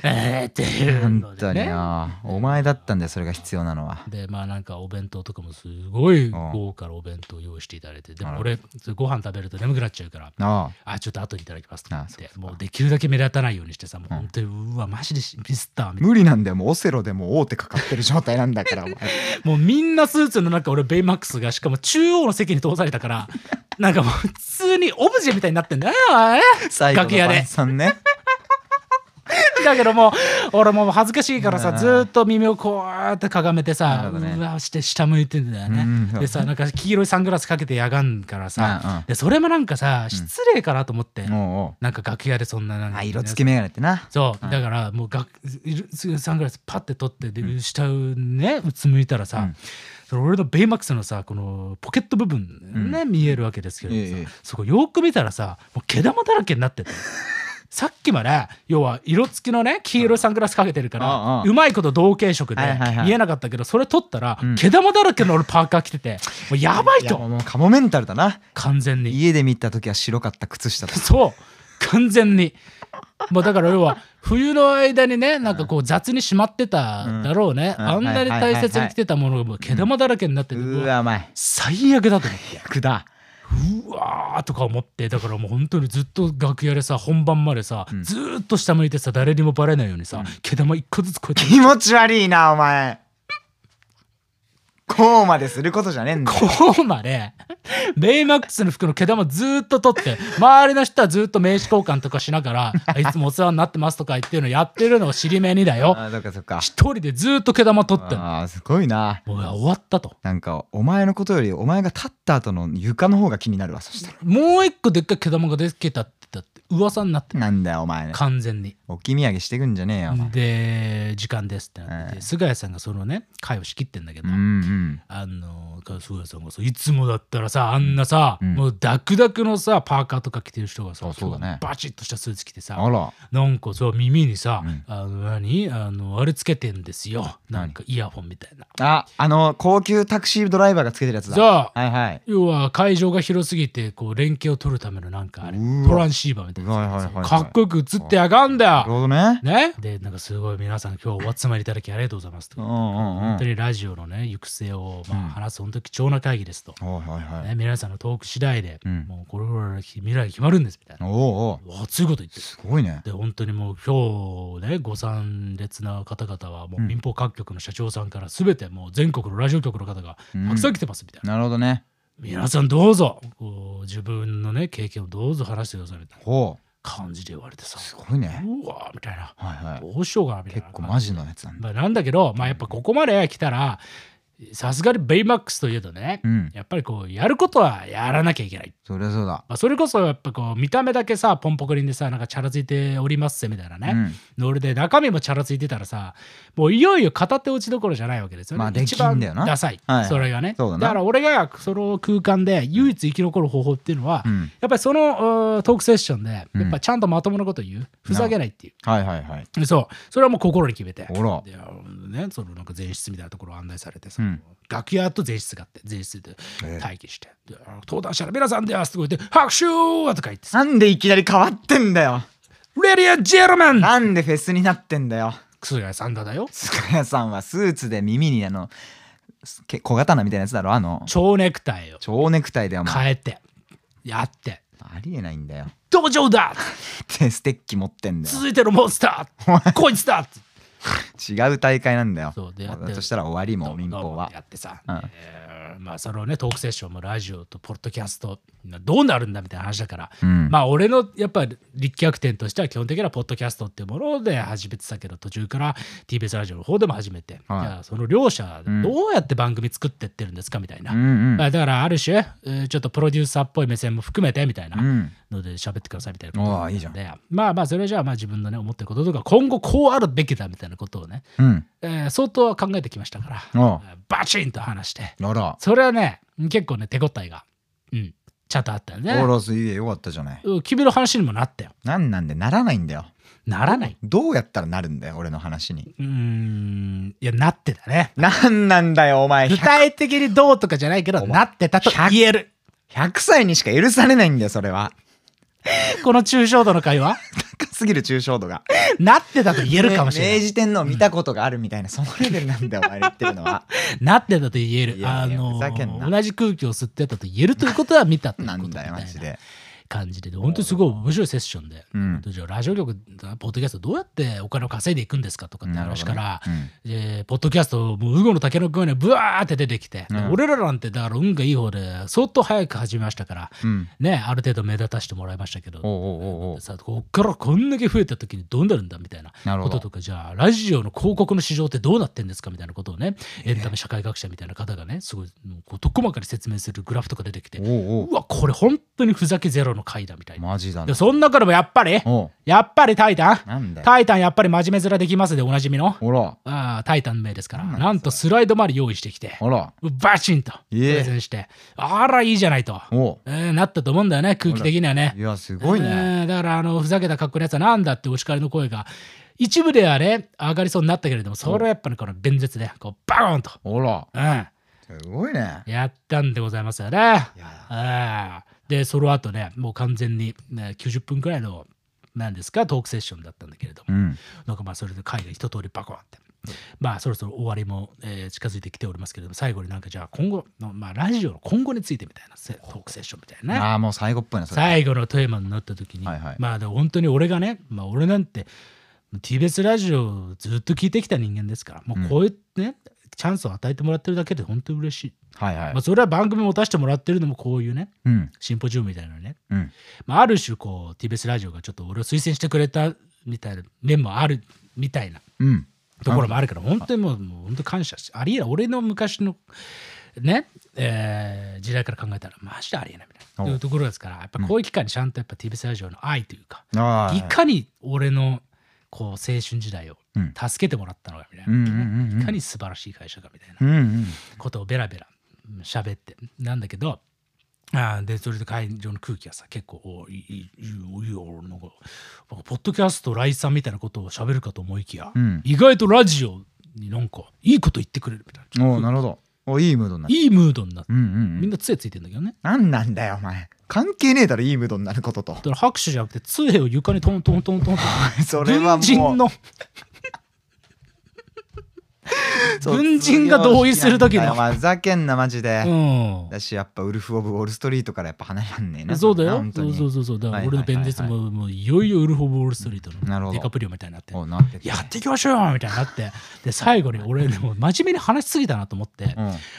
っていう本のでね。 当によ、お前だったんだよそれが必要なのは。 でまあなんかお弁当とかもすごい豪華なお弁当を用意していただいて、でも俺ご飯食べると眠くなっちゃうから、ちょっと後にいただきますとか言って、もうできるだけ目立たないようにしてさ、もう本当にうわマジでミスったわみたいな。 無理なんだよ、もうオセロでもう大手かかってる状態なんだからお前もうみんなスーツの中、俺ベイマックスがしかも中央の席に通されたからなんかもう普通にオブジェみたいになってんだよ楽屋でさんねだけどもう俺もう恥ずかしいからさ、ずーっと耳をこうやってかがめてさ、うわして下向いてんだよね。でさ、なんか黄色いサングラスかけてやがんからさ、でそれもなんかさ失礼かなと思って、なんか楽屋でそんななんか色付けメガネってな。 そうだからもうサングラスパッて取ってで下をねうつむいたらさ、俺のベイマックスのさこのポケット部分ね見えるわけですけどさ、そこよく見たらさもう毛玉だらけになってて。さっきまで要は色付きのね黄色いサングラスかけてるからうまいこと同系色で見えなかったけど、それ取ったら毛玉だらけの俺パーカー着てて、もうやばいと。 もうカモメンタルだな完全に。 家で見た時は白かった靴下とかそう完全にもうだから要は冬の間にねなんかこう雑にしまってただろうね、あんなに大切に着てたものがもう毛玉だらけになってて、 うわ最悪だと思って。 最悪だ。 うわーとか思って、だからもう本当にずっと楽屋でさ本番までさ、ずーっと下向いてさ誰にもバレないようにさ、毛玉一個ずつこうやって。 気持ち悪いなお前。こうまですることじゃねえんだよ。 こうまでベイマックスの服の毛玉ずーっと取って周りの人はずーっと名刺交換とかしながらいつもお世話になってますとか言ってるのやってるのを尻目にだよ。一人でずーっと毛玉取ってる。 すごいな。 もう終わったと。 なんかお前のことよりお前が立った後の床の方が気になるわ。そしたらもう一個でっかい毛玉ができたって噂になってる。 なんだよお前ね。 完全に置き土産してくんじゃねえよ。 で時間ですってなって菅谷さんがそのね会を仕切ってんだけど、菅谷さんがさいつもだったらさあんなさ、もうダクダクのさパーカーとか着てる人がさ、バチッとしたスーツ着てさ、なんかさ耳にさ、あれつけてんですよ、なんかイヤホンみたいな。 高級タクシードライバーがつけてるやつだ。 そう要は会場が広すぎてこう連携を取るためのなんかあれトランシーバーみたいな、かっこよく映ってやがんだよ。 なるほどね。 でなんかすごい皆さん今日お集まりいただきありがとうございますと、本当にラジオのね行く末を話す本当に貴重な会議ですと、皆さんのトーク次第でもうこれから未来決まるんですみたいな熱いこと言ってる。 すごいね。 で本当にもう今日ねご参列な方々はもう民放各局の社長さんから全てもう全国のラジオ局の方がたくさん来てますみたいな。 なるほどね。 皆さんどうぞこう自分のね経験をどうぞ話してくださいみたいな感じで言われてさ、 すごいね。 うわみたいな、どうしようかなみたいな。 結構マジのやつなんだ。 なんだけどやっぱここまで来たらさすがにベイマックスといえどね、やっぱりこうやることはやらなきゃいけない。 そりゃそうだ。 それこそやっぱこう見た目だけさポンポコリンでさなんかチャラついておりますせみたいなね、ノリで中身もチャラついてたらさもういよいよ片手打ちどころじゃないわけですよね。一番ダサい、それがね。だから俺がその空間で唯一生き残る方法っていうのは、やっぱりそのトークセッションでやっぱちゃんとまともなこと言う、ふざけないっていう、それはもう心に決めて、そのなんか前室みたいなところを案内されてさ、楽屋と前室があって前室で待機して、登壇者の皆さんですとか言って拍手とか言ってさ、 なんでいきなり変わってんだよ。 レディアジェルマン、 なんでフェスになってんだよ。 菅谷さんだよ。 菅谷さんはスーツで耳に小刀みたいなやつだろ、 蝶ネクタイを蝶ネクタイで変えてやってありえないんだよ。 登場だってステッキ持ってんだよ。 続いてのモンスターこいつだ違う大会なんだよ。 そうでやってそしたら終わりも民放はやってさ、まあそのねトークセッションもラジオとポッドキャストどうなるんだみたいな話だから、まあ俺のやっぱり立脚点としては基本的にはポッドキャストっていうもので始めてたけど、途中から TBS ラジオの方でも始めて、じゃあその両者どうやって番組作ってってるんですかみたいな、だからある種ちょっとプロデューサーっぽい目線も含めてみたいなので喋ってくださいみたいなことなんで、まあそれじゃあまあ自分のね思ってることとか今後こうあるべきだみたいなことをね、相当考えてきましたからバチンと話して、それはね結構ね手応えがちゃんとあったよね。 よかったじゃない。 君の話にもなったよ。 なんでならないんだよ。 ならない。 どうやったらなるんだよ俺の話に。 いやなってたね。 なんだよお前。 具体的にどうとかじゃないけどなってたと言える。 100歳にしか許されないんだよそれは。 この抽象度の会話高すぎる抽象度がなってたと言えるかもしれない。 明治天皇見たことがあるみたいな、そのレベルなんだよお前言ってるのは。 なってたと言える。 いやいやふざけんな同じ空気を吸ってたと言えるということは見たってことなんだよマジで。 感じで、本当にすごい面白いセッションで、じゃあラジオ局、ポッドキャストどうやってお金を稼いでいくんですかとかって話から、ポッドキャスト、もうウゴの竹の子がね、ブワーって出てきて、俺らなんてだから運がいい方で、相当早く始めましたから、ね、ある程度目立たせてもらいましたけど、さあこっからこんだけ増えた時にどうなるんだみたいなこととか、じゃあラジオの広告の市場ってどうなってんですかみたいなことをね、エンタメ社会学者みたいな方がね、すごい事細かに説明するグラフとか出てきて、うわ、これ本当にふざけゼロの回だみたいな。 マジだでそん中でもやっぱりタイタンやっぱり真面目面できますでおなじみのタイタン名ですから、なんとスライドまで用意してきてバチンとプレゼンして、あらいいじゃないとなったと思うんだよね、空気的にはね。 いやすごいね。 だからふざけた格好のやつはなんだってお叱りの声が一部ではね上がりそうになったけれども、それはやっぱりこの弁舌でこうバーンとすごいねやったんでございますよね。でその後ね、もう完全に、ね、90分くらいの何ですかトークセッションだったんだけれども、なんかまあそれで会が一通りバコンって、まあそろそろ終わりも、近づいてきておりますけれども、最後になんかじゃあ今後の、まあ、ラジオの今後についてみたいなトークセッションみたいなね、 ああもう最後っぽいなそれ。 最後のテーマになった時に、まあでも本当に俺がね、まあ俺なんて TBS ラジオをずっと聞いてきた人間ですから、もうこういうね、チャンスを与えてもらってるだけで本当に嬉しい。まあそれは番組を持たせてもらってるのもこういうね、シンポジウムみたいなのね、まあ、ある種こう TBS ラジオがちょっと俺を推薦してくれたみたいな面もあるみたいなところもあるから、本当にもう本当感謝して、ありえない、俺の昔のね、時代から考えたらマジでありえないみたいなというところですから、やっぱこういう機会にちゃんとやっぱ TBS ラジオの愛というか、いかに俺のこう青春時代を助けてもらったのかみたいな、いかに素晴らしい会社かみたいなことをベラベラ喋ってなんだけど、でそれで会場の空気がさ結構いいよ、なんかポッドキャスト来さんみたいなことを喋るかと思いきや、意外とラジオになんかいいこと言ってくれるみたいな。 なるほど。いいムードになって、 いいムードになって、みんな杖ついてんだけどね。 なんなんだよお前、関係ねえだろいいムードになることと。 だから拍手じゃなくて杖を床にトントントントンとそれはもう軍人の軍人が同意する時のふざけんなマジで、だしやっぱウルフ・オブ・ウォール・ストリートからやっぱ離れらんねえな。 そうだよ、そうだから俺の弁舌もいよいよウルフ・オブ・ウォール・ストリートのデカプリオみたいになってやっていきましょうみたいになって、で最後に俺でも真面目に話しすぎたなと思って、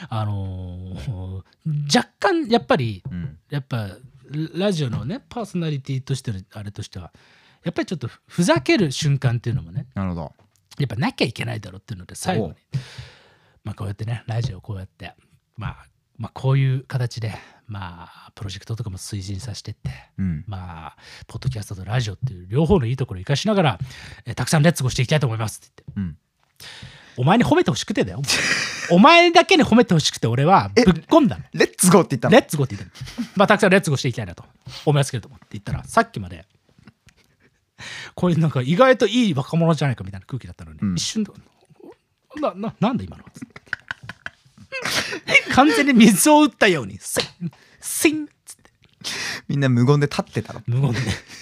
若干やっぱラジオのねパーソナリティとしてのあれとしてはやっぱりちょっとふざける瞬間っていうのもね、 なるほど、 やっぱなきゃいけないだろうっていうので最後にまあこうやってねラジオこうやってまあこういう形でまあプロジェクトとかも推進させてって、まあポッドキャストとラジオっていう両方のいいところを生かしながらたくさんレッツゴーしていきたいと思いますって言って、お前に褒めてほしくてだよお前だけに褒めてほしくて俺はぶっ込んだの。 レッツゴーって言ったの。 レッツゴーって言ったの。まあたくさんレッツゴーしていきたいなと思いますけれどもって言ったら、さっきまでこういうなんか意外といい若者じゃないかみたいな空気だったのに、一瞬でなんで今の完全に水を打ったようにスインっつってみんな無言で立ってたろ。 無言で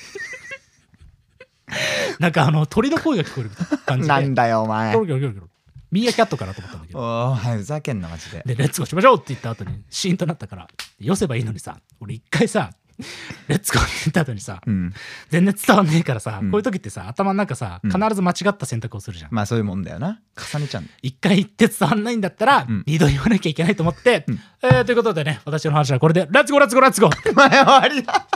なんか鳥の声が聞こえるみたいな感じでなんだよお前、 ミーアキャットかなと思ったんだけど、 ふざけんなマジで。 でレッツゴーしましょうって言った後にシーンとなったからよせばいいのにさ、俺一回さレッツゴーって言った後にさ、全然伝わんねえからさ、こういう時ってさ頭の中さ必ず間違った選択をするじゃん。 まあそういうもんだよな、重ねちゃうんだ。 一回言って伝わんないんだったら二度言わなきゃいけないと思って、ということでね、私の話はこれでレッツゴーレッツゴーレッツゴー前終わりだ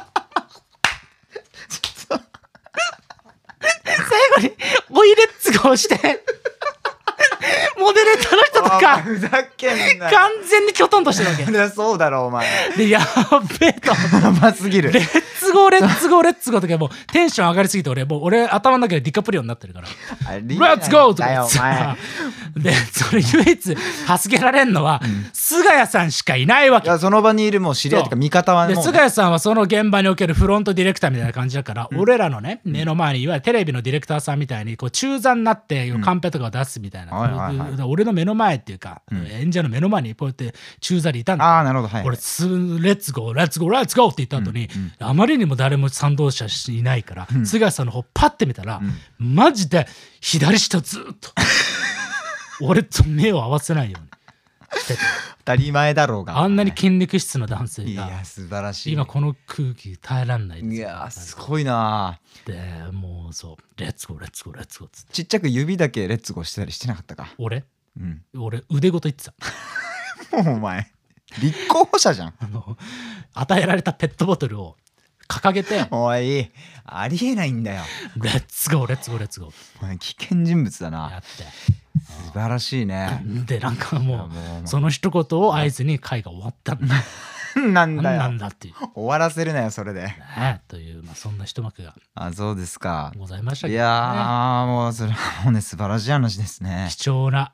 最後においレッツゴーしてモデレーターの人とかふざけんな完全にキョトンとしてるわけ。 そりゃそうだろお前でやっべえとやばすぎる。 レッツゴーレッツゴーレッツゴーとかもうテンション上がりすぎて俺頭の中でディカプリオになってるからレッツゴーとか言ってさ、でそれ唯一助けられんのは菅谷さんしかいないわけ。 いやその場にいるもう知り合いとか味方はで菅谷さんはその現場におけるフロントディレクターみたいな感じだから、俺らのね目の前にいわゆるテレビのディレクターさんみたいにこう中座になってカンペとかを出すみたいな俺の目の前っていうか、演者の目の前にこうやって宙座りいたんだ。 ああ、なるほど。はい。 俺レッツゴーレッツゴーレッツゴーって言った後に、あまりにも誰も賛同者いないから、菅谷さんの方パッて見たら、マジで左下ずっと俺と目を合わせないようにしてて。 当たり前だろうが。 あんなに筋肉質な男性が、 いや素晴らしい。 今この空気耐えらんないですよ。 いやすごいな。 でもうそうレッツゴーレッツゴーレッツゴーっつってちっちゃく指だけレッツゴーしてたりしてなかったか。 俺腕ごと言ってた。もうお前立候補者じゃん。 与えられたペットボトルを掲げておいありえないんだよ。 レッツゴーレッツゴーレッツゴー。 お前危険人物だな。 やって素晴らしいね。 でなんかもうその一言を合図に会が終わったんだ。 なんだよ。 なんだっていう。 終わらせるなよそれで。 ね、というそんな一幕がそうですか。 ございましたけどね。 いやもうそれもね素晴らしい話ですね。 貴重な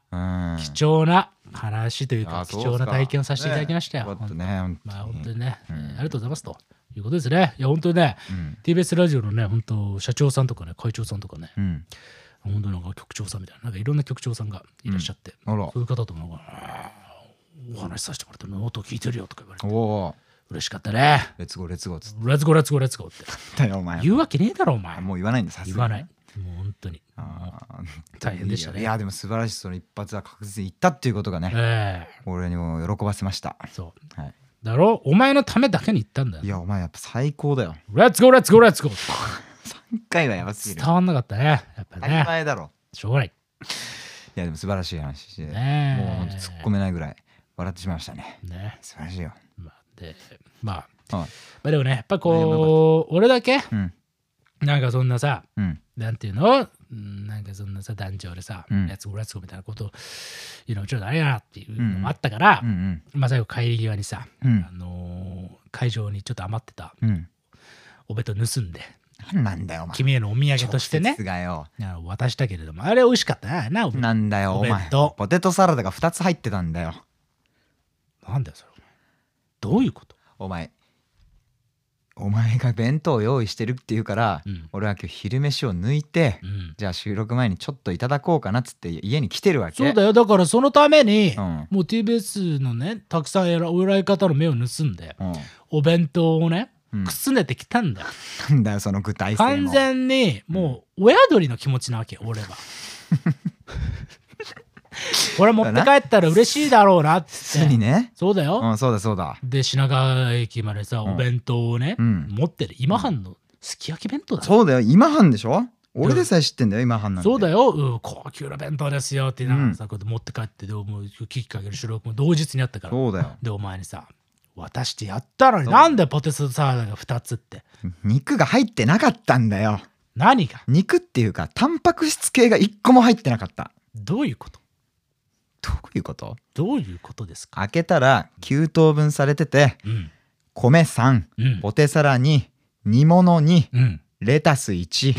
話というか貴重な体験をさせていただきましたよ。 本当ね。 本当にね、ありがとうございますということですね。いや本当にね、TBS ラジオのね本当社長さんとかね会長さんとかね、本当なんか局長さんみたいななんかいろんな局長さんがいらっしゃって、そういう方ともお話しさせてもらって音聞いてるよとか言われて嬉しかったね。 レッツゴーレッツゴーっつってレッツゴーレッツゴーレッツゴーってだよお前。 言うわけねえだろお前。 もう言わないんだ。さすがに言わない。もう本当に大変でしたね。 いやでも素晴らしい。その一発は確実にいったっていうことがね、俺にも喜ばせました。 そう、はい、だろお前のためだけに言ったんだよ。 いやお前やっぱ最高だよ。 レッツゴーレッツゴーレッツゴー 3回はやばすぎる。 伝わんなかったねやっぱね。 当たり前だろ。 しょうがない。いやでも素晴らしい話で、もうほんと突っ込めないぐらい笑ってしまいましたね。素晴らしいよ。 でもねやっぱこう俺だけなんかそんなさ、なんていうのなんかそんなさ団長でさレッツゴーレッツゴーみたいなことちょっとあれやなっていうのもあったから、最後帰り際にさ会場にちょっと余ってたお弁当盗んで。 なんだよお前。 君へのお土産としてね渡したけれどもあれ美味しかったな。 なんだよお前。ポテトサラダが2つ入ってたんだよ。 なんだよそれ。どういうこと。 お前が弁当を用意してるって言うから、俺は今日昼飯を抜いて、じゃあ収録前にちょっといただこうかなっつって家に来てるわけ。 そうだよ。だからそのために、もう TBS のねたくさんお偉い方の目を盗んで、お弁当をねくすねてきたんだよ。 なんだよその具体性も。 完全にもう親鳥の気持ちなわけ俺は。これ持って帰ったら嬉しいだろうなって。普通にね。 そうだよ。 そうだそうだ。 で品川駅までさお弁当をね持ってる今半のすき焼き弁当だよ。 そうだよ今半でしょ。俺でさえ知ってんだよ今半なんて。 そうだよ。高級な弁当ですよって言いながらさ持って帰ってでもうキッかける収録も同日にあったから。 そうだよ。 でお前にさ渡してやったのになんでポテトサラダが2つって。 肉が入ってなかったんだよ。 何が。 肉っていうかタンパク質系が1個も入ってなかった。 どういうこと。 どういうこと。 どういうことですか。 開けたら9等分されてて、米3、ポテサラ2、煮物2、レタス1、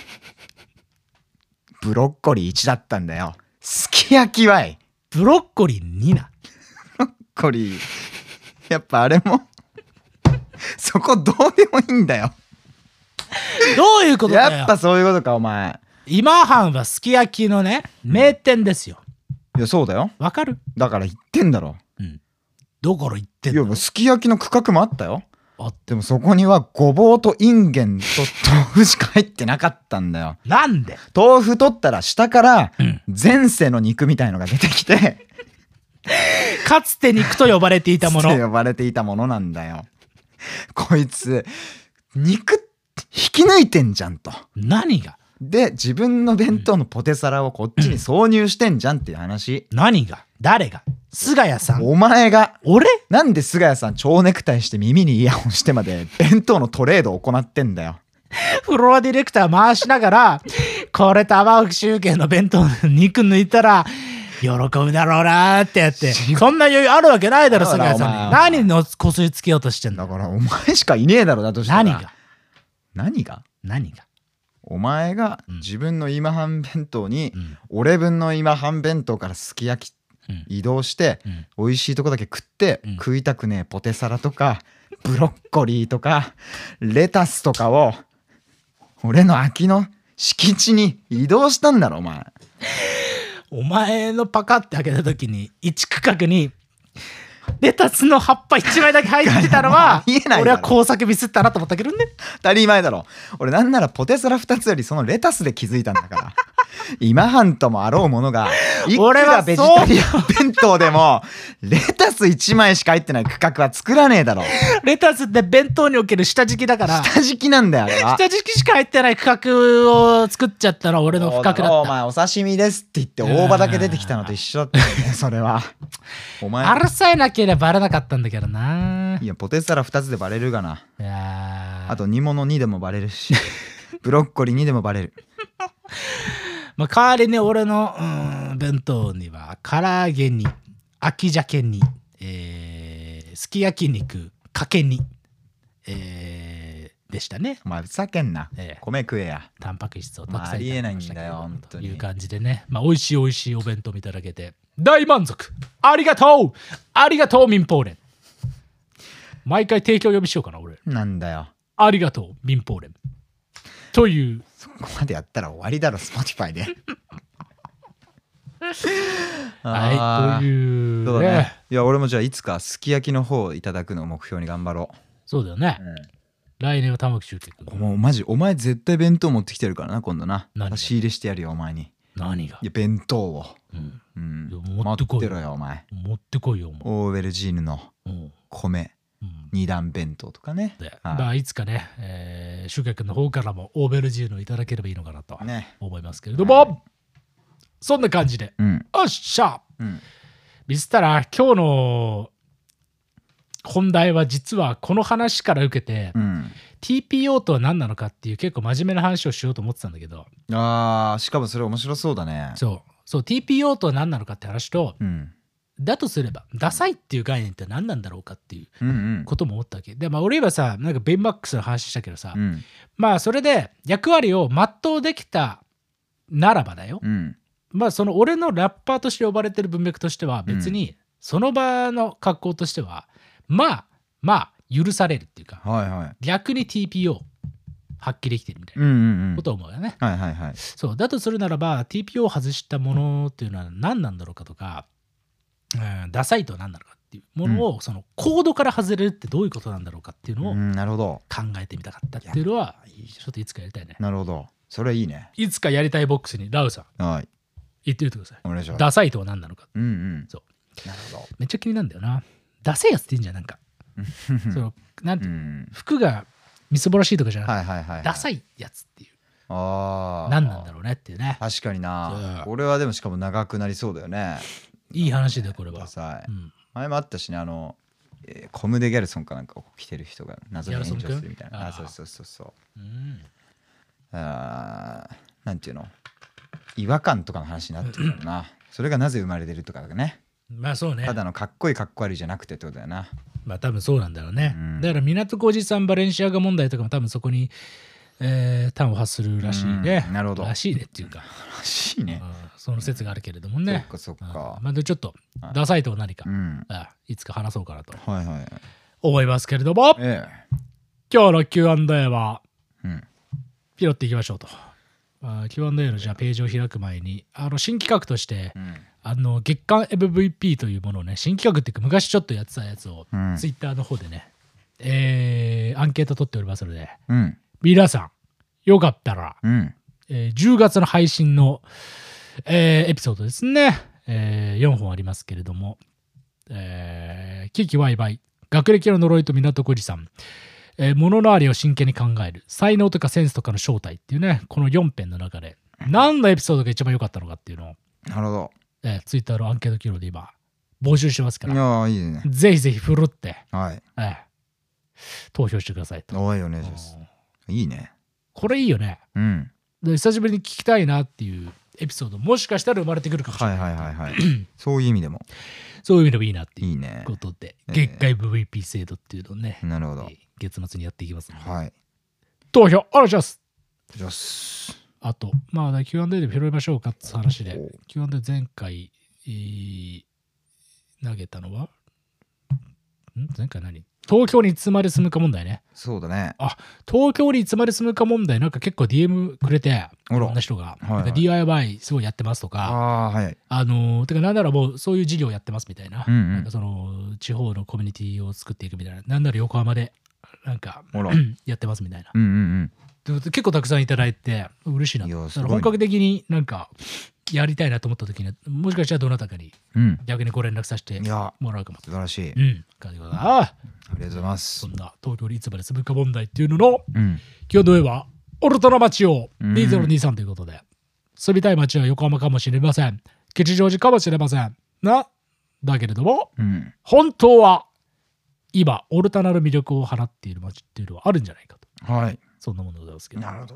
ブロッコリー1だったんだよ。すき焼きはブロッコリー2な。 ブロッコリーやっぱあれもそこどうでもいいんだよ。 どういうことだよ。 やっぱそういうことかお前。 今半はすき焼きのね名店ですよ。 いやそうだよ。 わかる。 だから言ってんだろ。 どこから言ってんの。 いやすき焼きの区画もあったよ。でもそこにはごぼうとインゲンと豆腐しか入ってなかったんだよ。 なんで。 豆腐取ったら下から前世の肉みたいのが出てきて、 かつて肉と呼ばれていたもの。 かつて呼ばれていたものなんだよ。こいつ肉引き抜いてんじゃんと。 何が。 で自分の弁当のポテサラをこっちに挿入してんじゃんっていう話。 何が。誰が。菅谷さん。 お前が。 俺。 なんで菅谷さん蝶ネクタイして耳にイヤホンしてまで弁当のトレードを行ってんだよ。 フロアディレクター回しながらこれ玉置集計の弁当の肉抜いたら喜ぶだろうなってやって、そんな余裕あるわけないだろ菅谷さんに。何のこすりつけようとしてんだ。 だからお前しかいねえだろ。だとしたら何がお前が自分の今半弁当に俺分の今半弁当からすき焼き移動して美味しいとこだけ食って食いたくねえポテサラとかブロッコリーとかレタスとかを俺の空きの敷地に移動したんだろお前。 お前のパカって開けた時に1区画にレタスの葉っぱ1枚だけ入ってたのは俺は工作ミスったなと思ったけどね。 当たり前だろ。俺なんならポテサラ2つよりそのレタスで気づいたんだから今半ともあろうものがいくらベジタリアン弁当でもレタス1枚しか入ってない区画は作らねえだろ。 レタスって弁当における下敷きだから。 下敷きなんだよあれは。 下敷きしか入ってない区画を作っちゃったら俺の不覚だった。 お前お刺身ですって言って大葉だけ出てきたのと一緒だったよねそれは。お前あれさえなければバレなかったんだけどな。 いやポテサラ2つでバレるがな。 いやあと煮物2でもバレるしブロッコリー2でもバレるまあ代わりに俺の弁当には唐揚げに秋鮭に、すき焼き肉かけに、でしたね。 お前ふざけんな、米食えや。 タンパク質をたくさんありえないんだよ本当にという感じでね、まあ、美味しい美味しいお弁当もいただけて大満足。ありがとうありがとう民放連。毎回提供呼びしようかな俺。 なんだよありがとう民放連という。 そこまでやったら終わりだろ Spotify ではいというそうだね。いや俺もじゃあいつかすき焼きの方をいただくのを目標に頑張ろう。 そうだよね、来年は玉木集結。 もうマジお前絶対弁当持ってきてるからな今度な。 何が差し入れしてやるよお前に。 何が。 いや弁当を持ってこいよ。 待ってろよお前。 持ってこいよお前。 オーベルジーヌの米二段弁当とかね。 まあいつかね、シュケ君の方からもオーベルジーヌをいただければいいのかなと思いますけれども、そんな感じで、よっしゃ、見せたら今日の本題は実はこの話から受けて、TPO とは何なのかっていう結構真面目な話をしようと思ってたんだけど、 しかもそれ面白そうだね。 そう TPO とは何なのかって話と、だとすればダサいっていう概念って何なんだろうかっていうことも思ったわけで、まあ俺はさなんかベイマックスの話したけどさ、まあそれで役割を全うできたならばだよ、まあその俺のラッパーとして呼ばれてる文脈としては別にその場の格好としてはまあ許されるっていうか、逆に TPO 発揮できてるみたいなことを思うよね。そうだとするならば TPO を外したものっていうのは何なんだろうかとか、ダサいとは何なのかっていうものを、そのコードから外れるってどういうことなんだろうかっていうのを考えてみたかったっていうのはちょっといつかやりたいね。 なるほど、それいいね。 いつかやりたいボックスにラウさん言ってみてください。 お願いします。 ダサいとは何なのか。 そうなるほど。めっちゃ気になるんだよな。ダセいやつっていいんじゃんなんかそのなんて服がみすぼらしいとかじゃなくてダサいやつっていう何なんだろうねっていうね。 確かにな。これはでもしかも長くなりそうだよね。 いい話だよこれは。 前もあったしね、コムデ・ギャルソンかなんかを着てる人が謎に炎上するみたいな。そうなんていうの、違和感とかの話になってるからな。それがなぜ生まれてるとかだね。 まあそうね。 ただのかっこいいかっこ悪いじゃなくてってことだよな。 まあ多分そうなんだろうね。だから港区おじさんバレンシアガ問題とかも多分そこに端を発するらしいね。 なるほど。 らしいねっていうか。 らしいね。 その説があるけれどもね。 そっか。 まあでちょっとダサいとは何かいつか話そうかなと思いますけれども、今日の Q&A は拾っていきましょうと。Q&A のじゃあページを開く前に新企画として月間 MVP というものをね、新企画っていうか昔ちょっとやってたやつをツイッターの方でね、アンケート取っておりますので、皆さんよかったら、10月の配信の、エピソードですね、4本ありますけれども、キキワイバイ、学歴の呪いと港区おじさん、物のありを真剣に考える、才能とかセンスとかの正体っていうね、この4編の中で何のエピソードが一番良かったのかっていうのを、 なるほど、 ツイッターのアンケート機能で今募集してますから、 いいね、 ぜひぜひふるって、投票してくださいと。 お願いします。いいね、 これいいよね。で久しぶりに聞きたいなっていうエピソードもしかしたら生まれてくるかもしれない。そういう意味でもいいなっていうことで、月間 MVP 制度っていうのをね、 なるほど、 月末にやっていきますので、投票お願いします。あとまあ Q&A で拾いましょうかって話で、 Q&A 前回投げたのは前回何？東京にいつまで住むか問題ね。 そうだね。 東京にいつまで住むか問題、なんか結構 DM くれて、いろんな人が、 はいはい、 なんか DIY すごいやってますとか、 はい、 てかなんならもうそういう事業やってますみたいな、 なんかその地方のコミュニティを作っていくみたいな、なんなら横浜でなんかやってますみたいな。結構たくさんいただいて嬉しいな。だから本格的になんかやりたいなと思った時にもしかしたらどなたかに逆にご連絡させてもらうかも。 素晴らしい。 ありがとうございます。 そんな東京にいつまで住むか問題っていうのの、今日の上はオルトナ町を2023ということで、住みたい町は横浜かもしれません。吉祥寺かもしれません。だけれども、本当は今オルタナの魅力を放っている町っていうのはあるんじゃないかと。 はい。 そんなものでございますけど。 なるほど。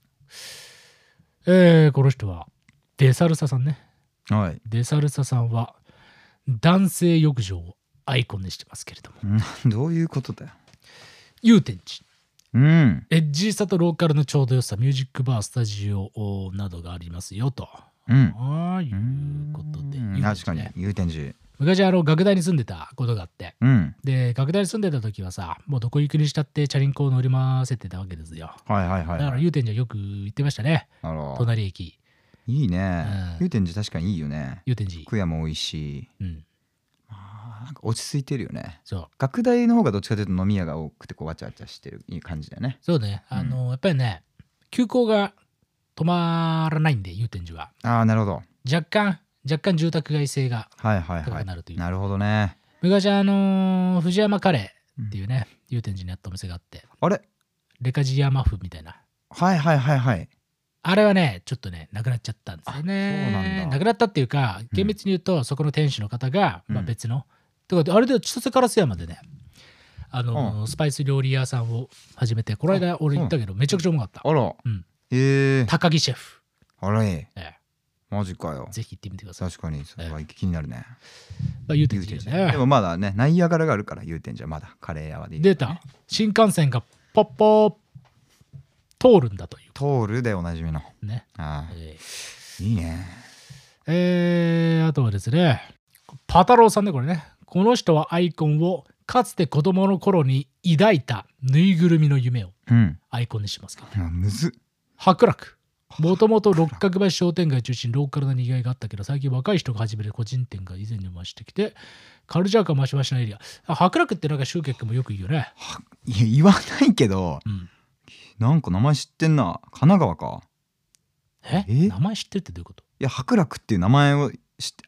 この人はデサルサさんね。 はい。 デサルサさんは男性浴場をアイコンにしてますけれども。 どういうことだよ。 祐天寺。 エッジーさとローカルのちょうどよさ、ミュージックバー、スタジオなどがありますよと。いうことで。 確かに、祐天寺。 昔学大に住んでたことがあって、で学大に住んでた時はさ、もうどこ行くにしたってチャリンコを乗り回せてたわけですよ。だから祐天寺よく行ってましたね。隣駅。 いいね。祐天寺確かにいいよね。 祐天寺。 区屋も多いし、なんか落ち着いてるよね。 そう。 学大の方がどっちかというと飲み屋が多くてこうわちゃわちゃしてるいい感じだよね。 そうね。やっぱりね、急行が止まらないんで祐天寺は。 なるほど。 若干住宅街性が高くなるという。 なるほどね。 昔藤山カレーっていうね、祐天寺にあったお店があって、 あれレカジヤマフみたいな。あれはねちょっとねなくなっちゃったんですよね。そうなんだ。なくなったっていうか、厳密に言うとそこの店主の方が別の、とかあれで千歳烏山でね、スパイス料理屋さんを始めて、この間俺行ったけどめちゃくちゃうまかった。高木シェフ。 マジかよ。 ぜひ行ってみてください。 確かにそれは気になるね。 祐天寺ね。 でもまだね、ナイアガラがあるから祐天寺まだカレー屋はでいい。 出た。新幹線がポッポー通るんだという。 通るでおなじみの。ね。いいね。 あとはですね、パタローさんね、これね。この人はアイコンをかつて子供の頃に抱いたぬいぐるみの夢をアイコンにしますけど。 むずっ。 博楽。もともと六角橋商店街中心ローカルな賑わいがあったけど、最近若い人が始める個人店が以前に増してきて、カルチャー感増し増しなエリア。博楽ってなんか集客もよく言うよね。 いや言わないけど、なんか名前知ってんな。神奈川か。 名前知ってるってどういうこと？ いや博楽っていう名前を知って、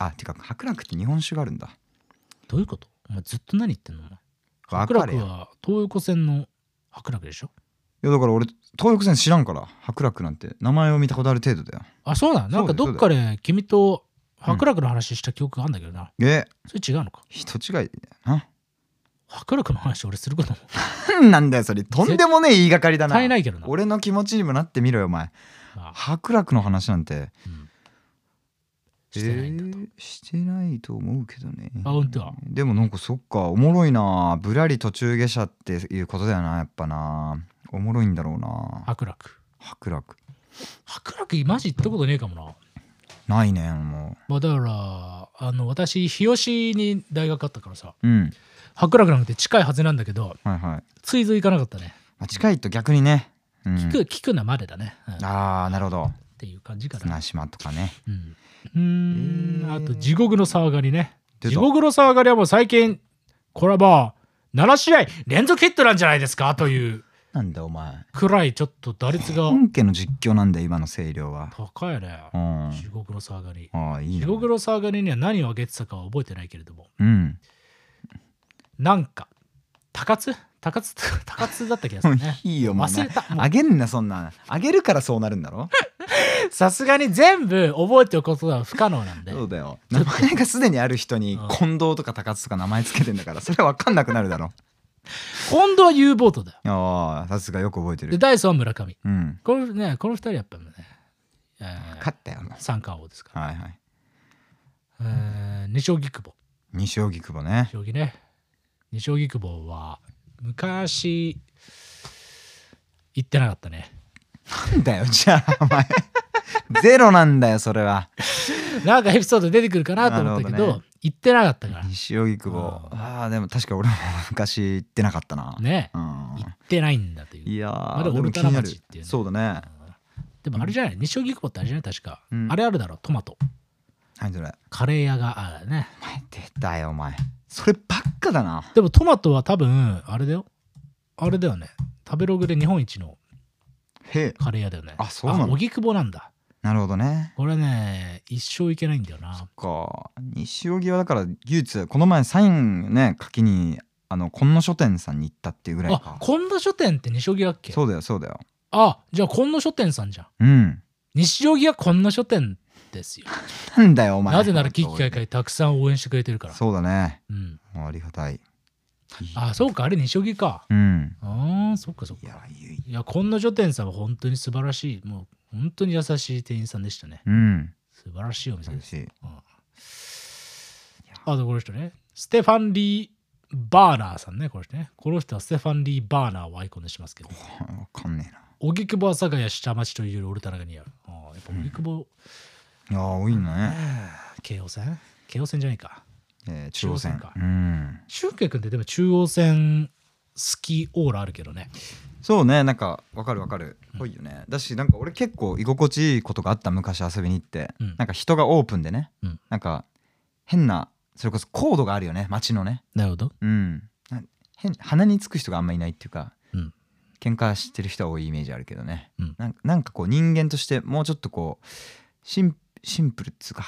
てか博楽って日本酒があるんだ。 どういうこと？お前ずっと何言ってんの？博楽は東横線の博楽でしょ？ いやだから俺東横線知らんから、博楽なんて名前を見たことある程度だよ。 あ、そうだ。なんかどっかで君と博楽の話した記憶があるんだけどな。それ違うのか？ 人違いだよな。 博楽の話俺することもなんだよそれ、とんでもねえ言いがかりだな。 絶対ないけどな。 俺の気持ちにもなってみろよお前。博楽の話なんて、 してないんだと。 してないと思うけどね。 本当は。 でもなんかそっか、おもろいな。ぶらり途中下車っていうことだよな、やっぱな。おもろいんだろうな。 博楽マジ行ったことねえかもな。 ないねもう。だから私日吉に大学あったからさ、博楽なんて近いはずなんだけど、ついぞ行かなかったね。 近いと逆にね、 聞くなまでだね。 なるほどっていう感じかな。 綱島とかね。 あと地獄の騒がりね。地獄の騒がりはもう最近これはまあ7試合連続ヒットなんじゃないですかという。 なんだお前くらいちょっと打率が本家の実況なんだよ今の声量は。 高いね。地獄の騒がり。地獄の騒がりには何を挙げてたかは覚えてないけれども、なんか高津だった気がするね。 いいよ忘れた。あげんなそんな。あげるからそうなるんだろ。 さすがに全部覚えておくことは不可能なんで。 そうだよ。名前がすでにある人に近藤とか高津とか名前つけてんだから、それは分かんなくなるだろ。 近藤は U ボートだよ。さすがよく覚えてる。 でダイソンは村上。この2人やっぱね、 勝ったよ。 三冠王ですから。西荻窪。 西荻窪ね。 西荻窪は昔行ってなかったね。 なんだよじゃあお前ゼロなんだよそれは。 なんかエピソード出てくるかなと思ったけど、 行ってなかったから。 西荻窪。でも確か俺も昔行ってなかったな。 ね、行ってないんだという。 いやまだオルタナ町っていう、ね。 そうだね。 でもあれじゃない、西荻窪ってあれじゃない確か。あれあるだろ、トマト。 何それ。 カレー屋があるね。 お前出たよお前。そればっかだな。 でもトマトは多分あれだよ。あれだよね。食べログで日本一のカレー屋だよね。 あ、そうなの。 荻窪なんだ。 なるほどね。 これね、一生いけないんだよな。 そっか。西荻はだから唯一この前サインね書きに今野書店さんに行ったっていうぐらいか。 今野書店って西荻だっけ？ そうだよそうだよ。 じゃあ今野書店さんじゃん。 うん。 西荻は今野書店ですよ。 なんだよお前。 なぜなら危機開会たくさん応援してくれてるから。 そうだね。ありがたい。 そうか、あれ西荻か。そっかそっか。いや今野書店さんは本当に素晴らしい、もう本当に優しい店員さんでしたね。素晴らしいお店です。この人ね、ステファン・リー・バーナーさんね、この人ね。この人はステファン・リー・バーナーをアイコンにしますけど。 わかんねえな。 荻窪、阿佐ヶ谷、下町というオルタナが似合う。やっぱ荻窪。 多いんだね。 京王線じゃないか。 中央線か。 俊介君ってでも中央線好きオーラあるけどね。 そうね、なんかわかるぽいよね。だしなんか俺結構居心地いいことがあった、昔遊びに行って、なんか人がオープンでね、なんか変なそれこそコードがあるよね、街のね。 なるほど。 鼻につく人があんまいないっていうか、喧嘩してる人は多いイメージあるけどね。なんかこう人間としてもうちょっとこうシンプルっつうか、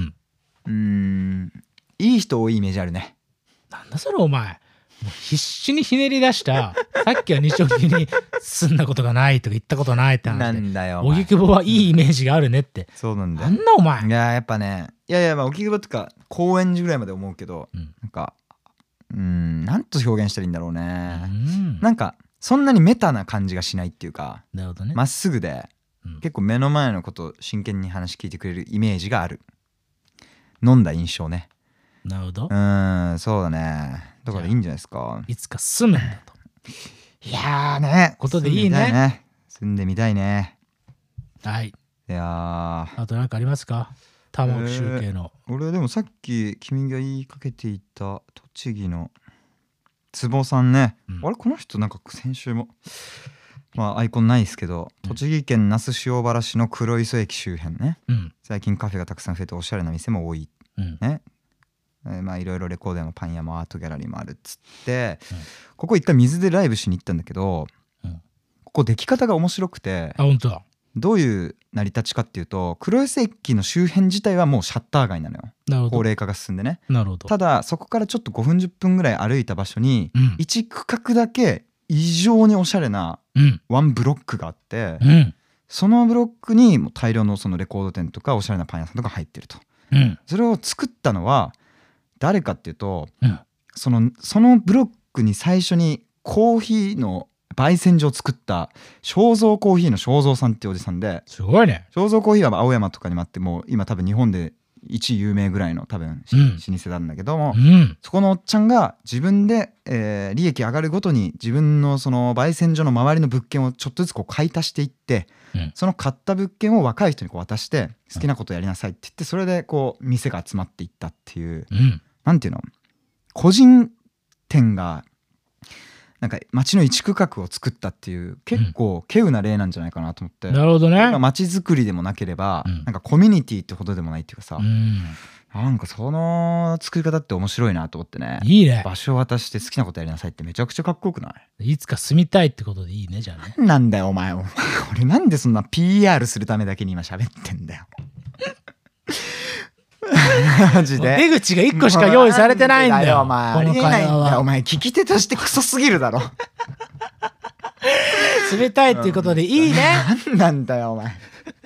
いい人多いイメージあるね。 なんだそれお前。もう必死にひねり出したさっきは西荻に住んだことがないとか行ったことないって話で、 なんだよ荻窪はいいイメージがあるねって。 そうなんだよ。 なんだお前。 いややっぱね、まあ荻窪とか高円寺ぐらいまで思うけど、なんかなんと表現したらいいんだろうね。なんかそんなにメタな感じがしないっていうか、まっすぐで、結構目の前のことを真剣に話聞いてくれるイメージがある。飲んだ印象ね。 なるほど。 そうだね。だからいいんじゃないですか。 いつか住むんだと。 いやね。 ことでいいね。 住んでみたいね。 はい。 いやあと何かありますか？玉置集計の。 俺でもさっき君が言いかけていた栃木の坪さんね。あれこの人なんか先週もアイコンないですけど、栃木県那須塩原市の黒磯駅周辺ね。最近カフェがたくさん増えておしゃれな店も多いね。いろいろレコード屋もパン屋もアートギャラリーもあるっつって、ここ一回水でライブしに行ったんだけど、ここ出来方が面白くて、 本当だ。 どういう成り立ちかっていうと、黒磯駅の周辺自体はもうシャッター街なのよ。高齢化が進んでね。 なるほど。 ただそこからちょっと5分10分ぐらい歩いた場所に、一区画だけ異常におしゃれなワンブロックがあって、そのブロックにもう大量のそのレコード店とかおしゃれなパン屋さんとか入ってると。それを作ったのは誰かっていうと、そのブロックに最初にコーヒーの焙煎所を作った正蔵コーヒーの正蔵さんっておじさんで、 すごいね。 正蔵コーヒーは青山とかにもあって、もう今多分日本で一有名ぐらいの多分老舗なんだけども、そこのおっちゃんが自分で、利益上がるごとに自分のその焙煎所の周りの物件をちょっとずつこう買い足していって、その買った物件を若い人にこう渡して好きなことやりなさいって言って、それでこう店が集まっていったっていう、なんていうの、個人店がなんか街の一区画を作ったっていう結構稀有な例なんじゃないかなと思って。 なるほどね。 街づくりでもなければ、なんかコミュニティってほどでもないっていうかさ、なんかその作り方って面白いなと思ってね。 いいね。 場所を渡して好きなことやりなさいってめちゃくちゃかっこよくない？ いつか住みたいってことでいいね、じゃあね。 なんだよお前俺なんでそんな PR するためだけに今喋ってんだよマジで出口が1個しか用意されてないんだよ。 お前ありえないんだよお前、聞き手としてクソすぎるだろ住みたいっていうことでいいね。 なんだよお前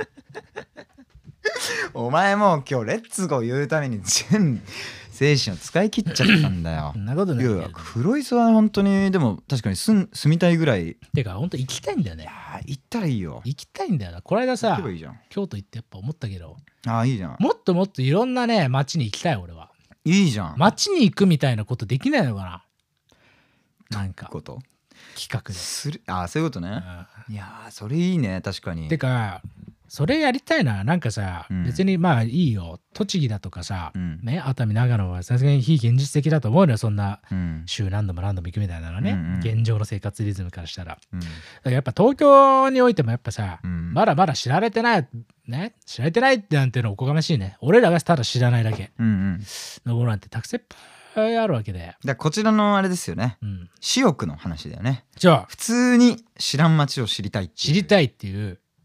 お前もう今日レッツゴー言うために全精神を使い切っちゃったんだよ。 そんなことない。 いや黒磯は本当にでも確かに住みたいぐらい。 てか本当行きたいんだよね。 行ったらいいよ。 行きたいんだよな。この間さ、 いいじゃん、 京都行ってやっぱ思ったけど、 いいじゃん。 もっともっといろんなね街に行きたい俺は。 いいじゃん。 街に行くみたいなことできないのかな。なんかこと企画でそういうことね。いやそれいいね確かに。 てかそれやりたいな。なんかさ、別にまあいいよ。栃木だとかさ、ね、熱海長野はさすがに非現実的だと思うのよ。そんな週何度も何度も行くみたいなのね、現状の生活リズムからしたら。だからやっぱ東京においてもやっぱさ、まだまだ知られてないね、知られてないってなんていうのおこがましいね。俺らがただ知らないだけのものなんてたくさんいっぱいあるわけで。 だこちらのあれですよね、私欲の話だよね。 じゃあ普通に知らん街を知りたいっていう、 知りたいって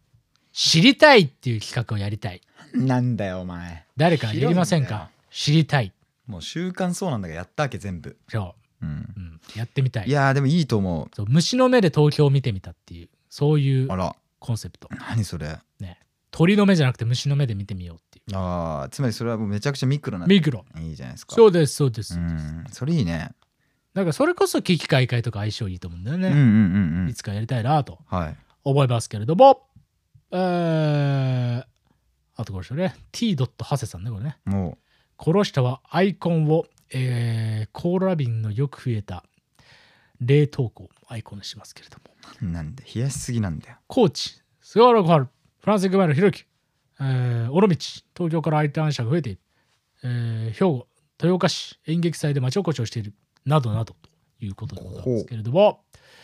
いう企画をやりたい。 なんだよお前、 誰かやりませんか？知りたい。 もう習慣そうなんだがやったわけ全部。 そう、やってみたい。 いやでもいいと思う。 そう、虫の目で東京を見てみたっていう、そういうあらコンセプト。 何それね、鳥の目じゃなくて虫の目で見てみようっていう。 ああ、つまりそれはもうめちゃくちゃミクロな。 ミクロ。 いいじゃないですか。 そうですそうです。 それいいね。 なんかそれこそ危機開会とか相性いいと思うんだよね。いつかやりたいなと思いますけれども、あとこれですよね。T. ハセさんね、これね。 もうこの人はアイコンを、コーラ瓶のよく増えた冷凍庫をアイコンにしますけれども。 なんで冷やしすぎなんだよ。 高知、菅原小春、フランス行く前のひろゆき、尾道、東京から I ターン者が増えている、兵庫、豊岡市、演劇祭で町おこしをしている、などなどということでございますけれども、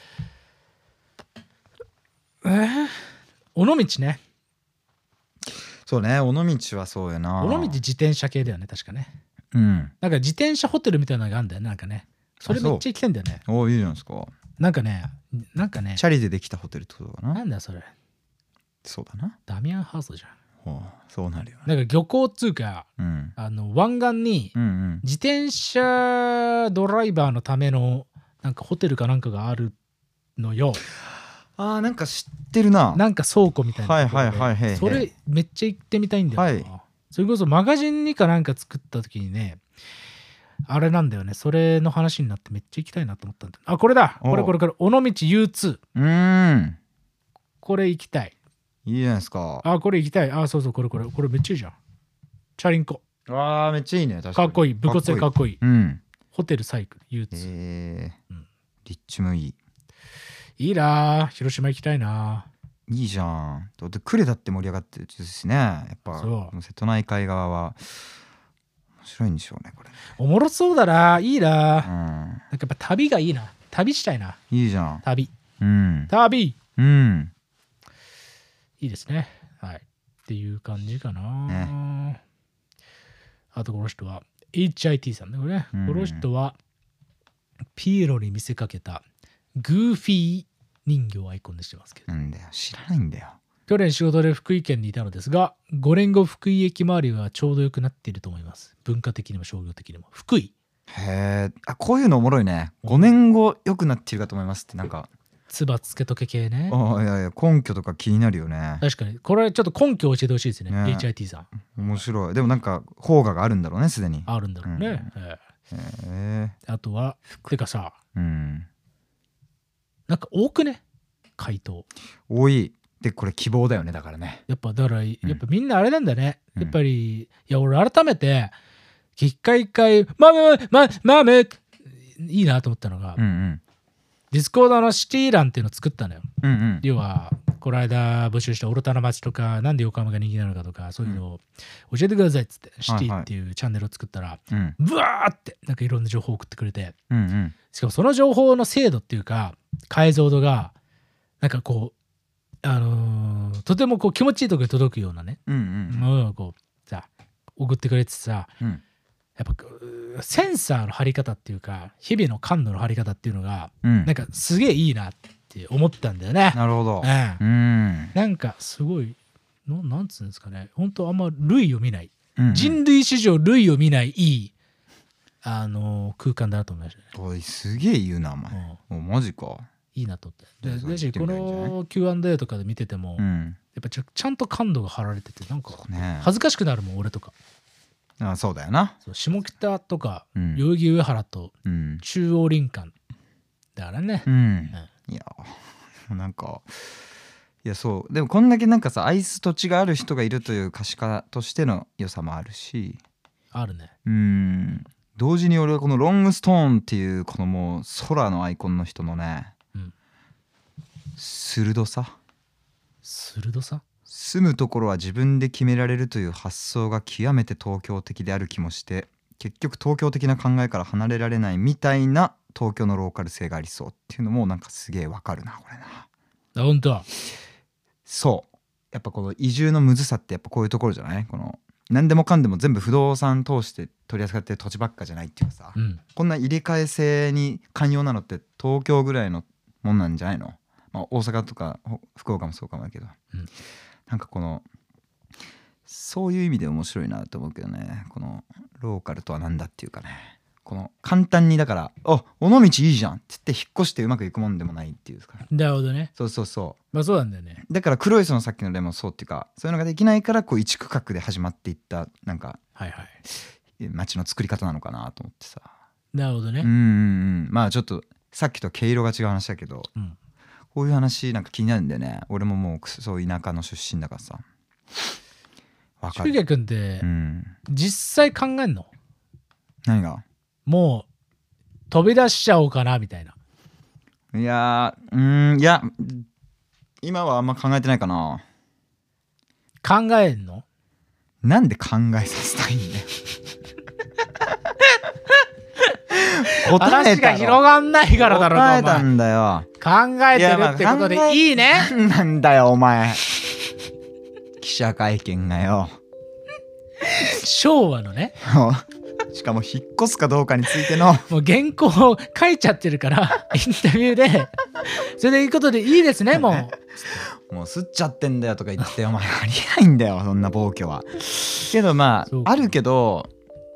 尾道ね。 そうね、尾道はそうやな。 尾道自転車系だよね、確かね。なんか自転車ホテルみたいなのがあるんだよね、なんかね。それめっちゃ行きたいんだよね。 おお、いいじゃないですか。 なんかね、 チャリでできたホテルってことかな。 なんだよそれ。 そうだな。 ダミアンハウスじゃん。 そうなるよね。 なんか漁港っつうか、湾岸に自転車ドライバーのためのなんかホテルかなんかがあるのよ。 あー、なんか知ってるな。 なんか倉庫みたいな。それめっちゃ行ってみたいんだよな。それこそマガジンにかなんか作った時にね、あれなんだよね。それの話になってめっちゃ行きたいなと思ったんだ。あ、これだ。これ。尾道 U2。これ行きたい。 いいじゃないですか。 あ、これ行きたい。あ、そうそう、これめっちゃいいじゃん。チャリンコ。 あー、めっちゃいいね。確かにかっこいい。武骨でかっこいい。ホテルサイクル U2。立地もいい。 いいな。広島行きたいな。 いいじゃん。だって呉だって盛り上がってるしね。やっぱ瀬戸内海側は面白いんでしょうね、これ。 おもろそうだな。いいな。なんかやっぱ旅がいいな。旅したいな。 いいじゃん。 旅。いいですね。はい。っていう感じかな。あとこの人は HIT さんね。これね。この人はピエロに見せかけたグーフィー人形をアイコンにしてますけど。 なんだよ、知らないんだよ。 去年仕事で福井県にいたのですが、5年後福井駅周りはちょうど良くなっていると思います。文化的にも商業的にも。福井。 へえ。あ、こういうのおもろいね。5年後良くなっているかと思いますって、なんかつばつけとけ系ね。 あ、いやいや、根拠とか気になるよね。 確かに。これちょっと根拠を教えてほしいですね。HIT さん。面白い。でもなんか邦画があるんだろうね、すでに。 あるんだろうね。あとはてかさ、なんか多くね、回答。 多い。でこれ希望だよね、だからね。 やっぱみんなあれなんだね。やっぱりいや俺改めて一回マメいいなと思ったのが、ディスコードのシティ欄っていうのを作ったのよ。要はこの間募集したオルタナ町とかなんで横浜が人気なのかとかそういうのを教えてくださいっつって、シティっていうチャンネルを作ったら、ブワーってなんかいろんな情報を送ってくれて、しかもその情報の精度っていうか解像度がなんかこうとてもこう気持ちいいところに届くようなね、ものをこうさ送ってくれてさ、やっぱセンサーの張り方っていうか日々の感度の張り方っていうのが、なんかすげえいいなって思ったんだよね。 なるほど。 なんかすごいなんつうんですかね、本当あんま類を見ない、人類史上類を見ないいい空間だなと思いましたね。 おい、すげえ言うなお前。おマジか。 いいなと思って。だしこの Q&A とかで見てても、やっぱちゃんと感度が張られててなんか恥ずかしくなるもん俺とか。 あ、そうだよな。 下北とか代々木上原と中央林間だからね。 いやなんかいやそうでもこんだけなんかさ愛す土地がある人がいるという可視化としての良さもあるし、 あるね。 同時に俺はこのロングストーンっていうこのもう空のアイコンの人のね、鋭さ住むところは自分で決められるという発想が極めて東京的である気もして、結局東京的な考えから離れられないみたいな東京のローカル性がありそうっていうのもなんかすげえわかるなこれな。 本当。 そうやっぱこの移住のむずさってやっぱこういうところじゃない？この何でもかんでも全部不動産通して取り扱ってる土地ばっかじゃないっていうかさ、こんな入れ替え制に寛容なのって東京ぐらいのもんなんじゃないの？まあ、大阪とか福岡もそうかもだけど、なんかこのそういう意味で面白いなと思うけどね。このローカルとは何だっていうかね、この簡単にだから尾道いいじゃんって言って引っ越してうまくいくもんでもないっていうか。 なるほどね。 そうそうそう。 まあそうなんだよね。 だから黒磯のさっきの例もそうっていうか、そういうのができないからこう一区画で始まっていったなんか街の作り方なのかなと思ってさ。 なるほどね。 まあちょっとさっきと毛色が違う話だけど、こういう話なんか気になるんだよね。俺ももうそう田舎の出身だからさ。 しゅうげくんって実際考えんの？ 何が？ もう飛び出しちゃおうかなみたいな。 いや今はあんま考えてないかな。 考えんの？ なんで考えさせたいんだよ話が広がんないからだろ。 答えたんだよ。 考えてるってことでいいね。 なんだよお前記者会見がよ昭和のねしかも引っ越すかどうかについてのもう原稿を書いちゃってるからインタビューでそれでいいことでいいですね。もう吸っちゃってんだよとか言ってお前ありえないんだよそんな暴挙は。けどまああるけど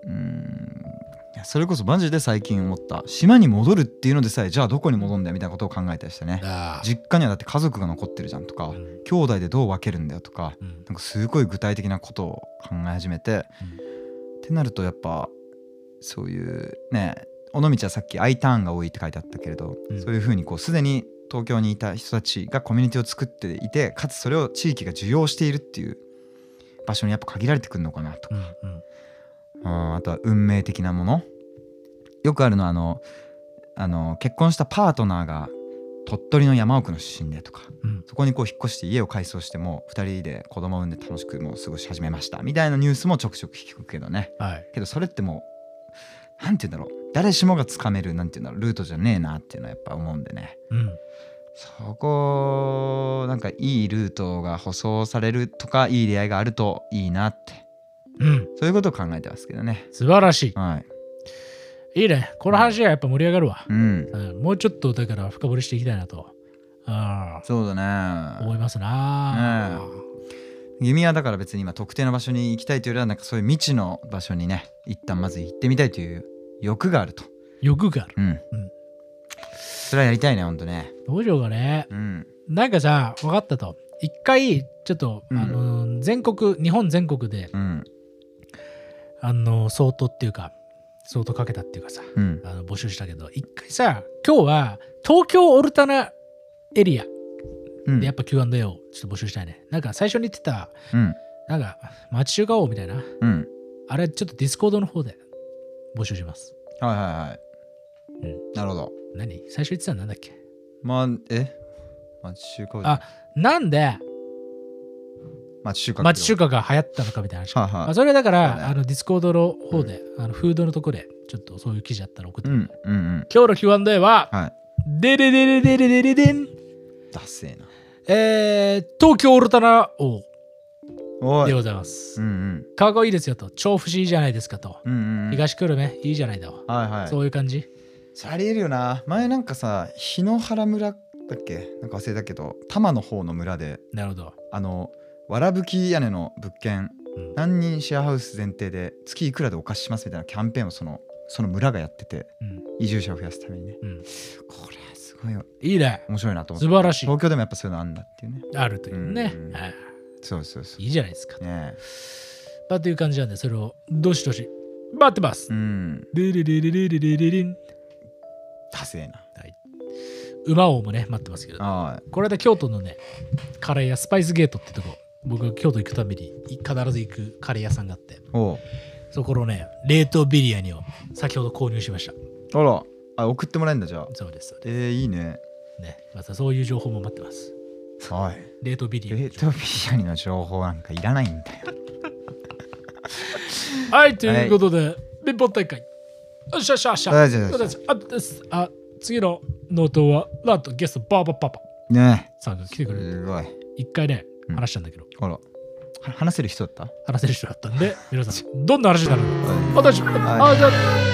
それこそマジで最近思った島に戻るっていうのでさえじゃあどこに戻るんだよみたいなことを考えたりしてね。実家にはだって家族が残ってるじゃんとか、兄弟でどう分けるんだよとか、なんかすごい具体的なことを考え始めて、ってなるとやっぱそういうね尾道はさっき I ターンが多いって書いてあったけれど、そういうふうにこうすでに東京にいた人たちがコミュニティを作っていてかつそれを地域が受容しているっていう場所にやっぱ限られてくるのかなとか、あとは運命的なもの。よくあるのは結婚したパートナーが鳥取の山奥の出身でとか、そこにこう引っ越して家を改装しても2人で子供を産んで楽しくもう過ごし始めましたみたいなニュースもちょくちょく聞くけどね、けどそれってもうなんて言うんだろう、誰しもがつかめるなんて言うんだろうルートじゃねえなっていうのはやっぱ思うんでね、そこなんかいいルートが舗装されるとかいい出会いがあるといいなって、そういうことを考えてますけどね。 素晴らしい。いいね。この話はやっぱ盛り上がるわ。もうちょっとだから深掘りしていきたいなと。 そうだね。 思いますな。 弓はだから別に今特定の場所に行きたいというよりはなんかそういう未知の場所にね一旦まず行ってみたいという欲があると。 欲がある。 それはやりたいねほんとね。 どうしようかね。なんかさ分かったと。一回ちょっと日本全国で相当っていうか相当かけたっていうかさ、募集したけど一回さ今日は東京オルタナエリアでやっぱ Q&A をちょっと募集したいね。なんか最初に言ってた、なんか町中華王みたいな、あれちょっとディスコードの方で募集します。 なるほど。 何最初言ってたのなんだっけ？ 町中華なんで町中華が流行ったのかみたいな話。それだからディスコードの方でフードのとこでちょっとそういう記事あったら送ってくれ。今日の Q&A はデレデレデレデレデンダッセーな東京オルタナ王でございます。かっこいいですよと、超不思議じゃないですかと、東久留米いいじゃないだわ、そういう感じ。 ありえるよな。前なんかさ檜原村だっけなんか忘れたけど多摩の方の村でなるほどわらぶき屋根の物件、何人シェアハウス前提で月いくらでお貸ししますみたいなキャンペーンをその村がやってて、移住者を増やすためにね、これすごいよいいね、 面白いなと思って。 素晴らしい。 東京でもやっぱそういうのあるんだっていうね、 あるというね、 そういいじゃないですかね。 という感じなんでそれをどしどし待ってます。レレレレレレレレレンダセーな。 馬王もね待ってますけど、これで京都のねカレー屋スパイスゲートってとこ、僕が京都行くたびに必ず行くカレー屋さんがあって、そこのね冷凍ビリヤニを先ほど購入しました。 送ってもらえるんだじゃあ。 そうです。 いいね。 またそういう情報も待ってます。 おい、 冷凍ビリヤニ。 冷凍ビリヤニの情報なんかいらないんだよ。 はい、ということで、民放大会。よっしゃよっしゃよっしゃ。次のノートは、なんとゲスト、バーバパパ。 ねさんが来てくれる。 すごい。 一回ね、話したんだけど。 あら。話せる人だった？ 話せる人だったんで、皆さん、どんな話になるの？私、じゃあ。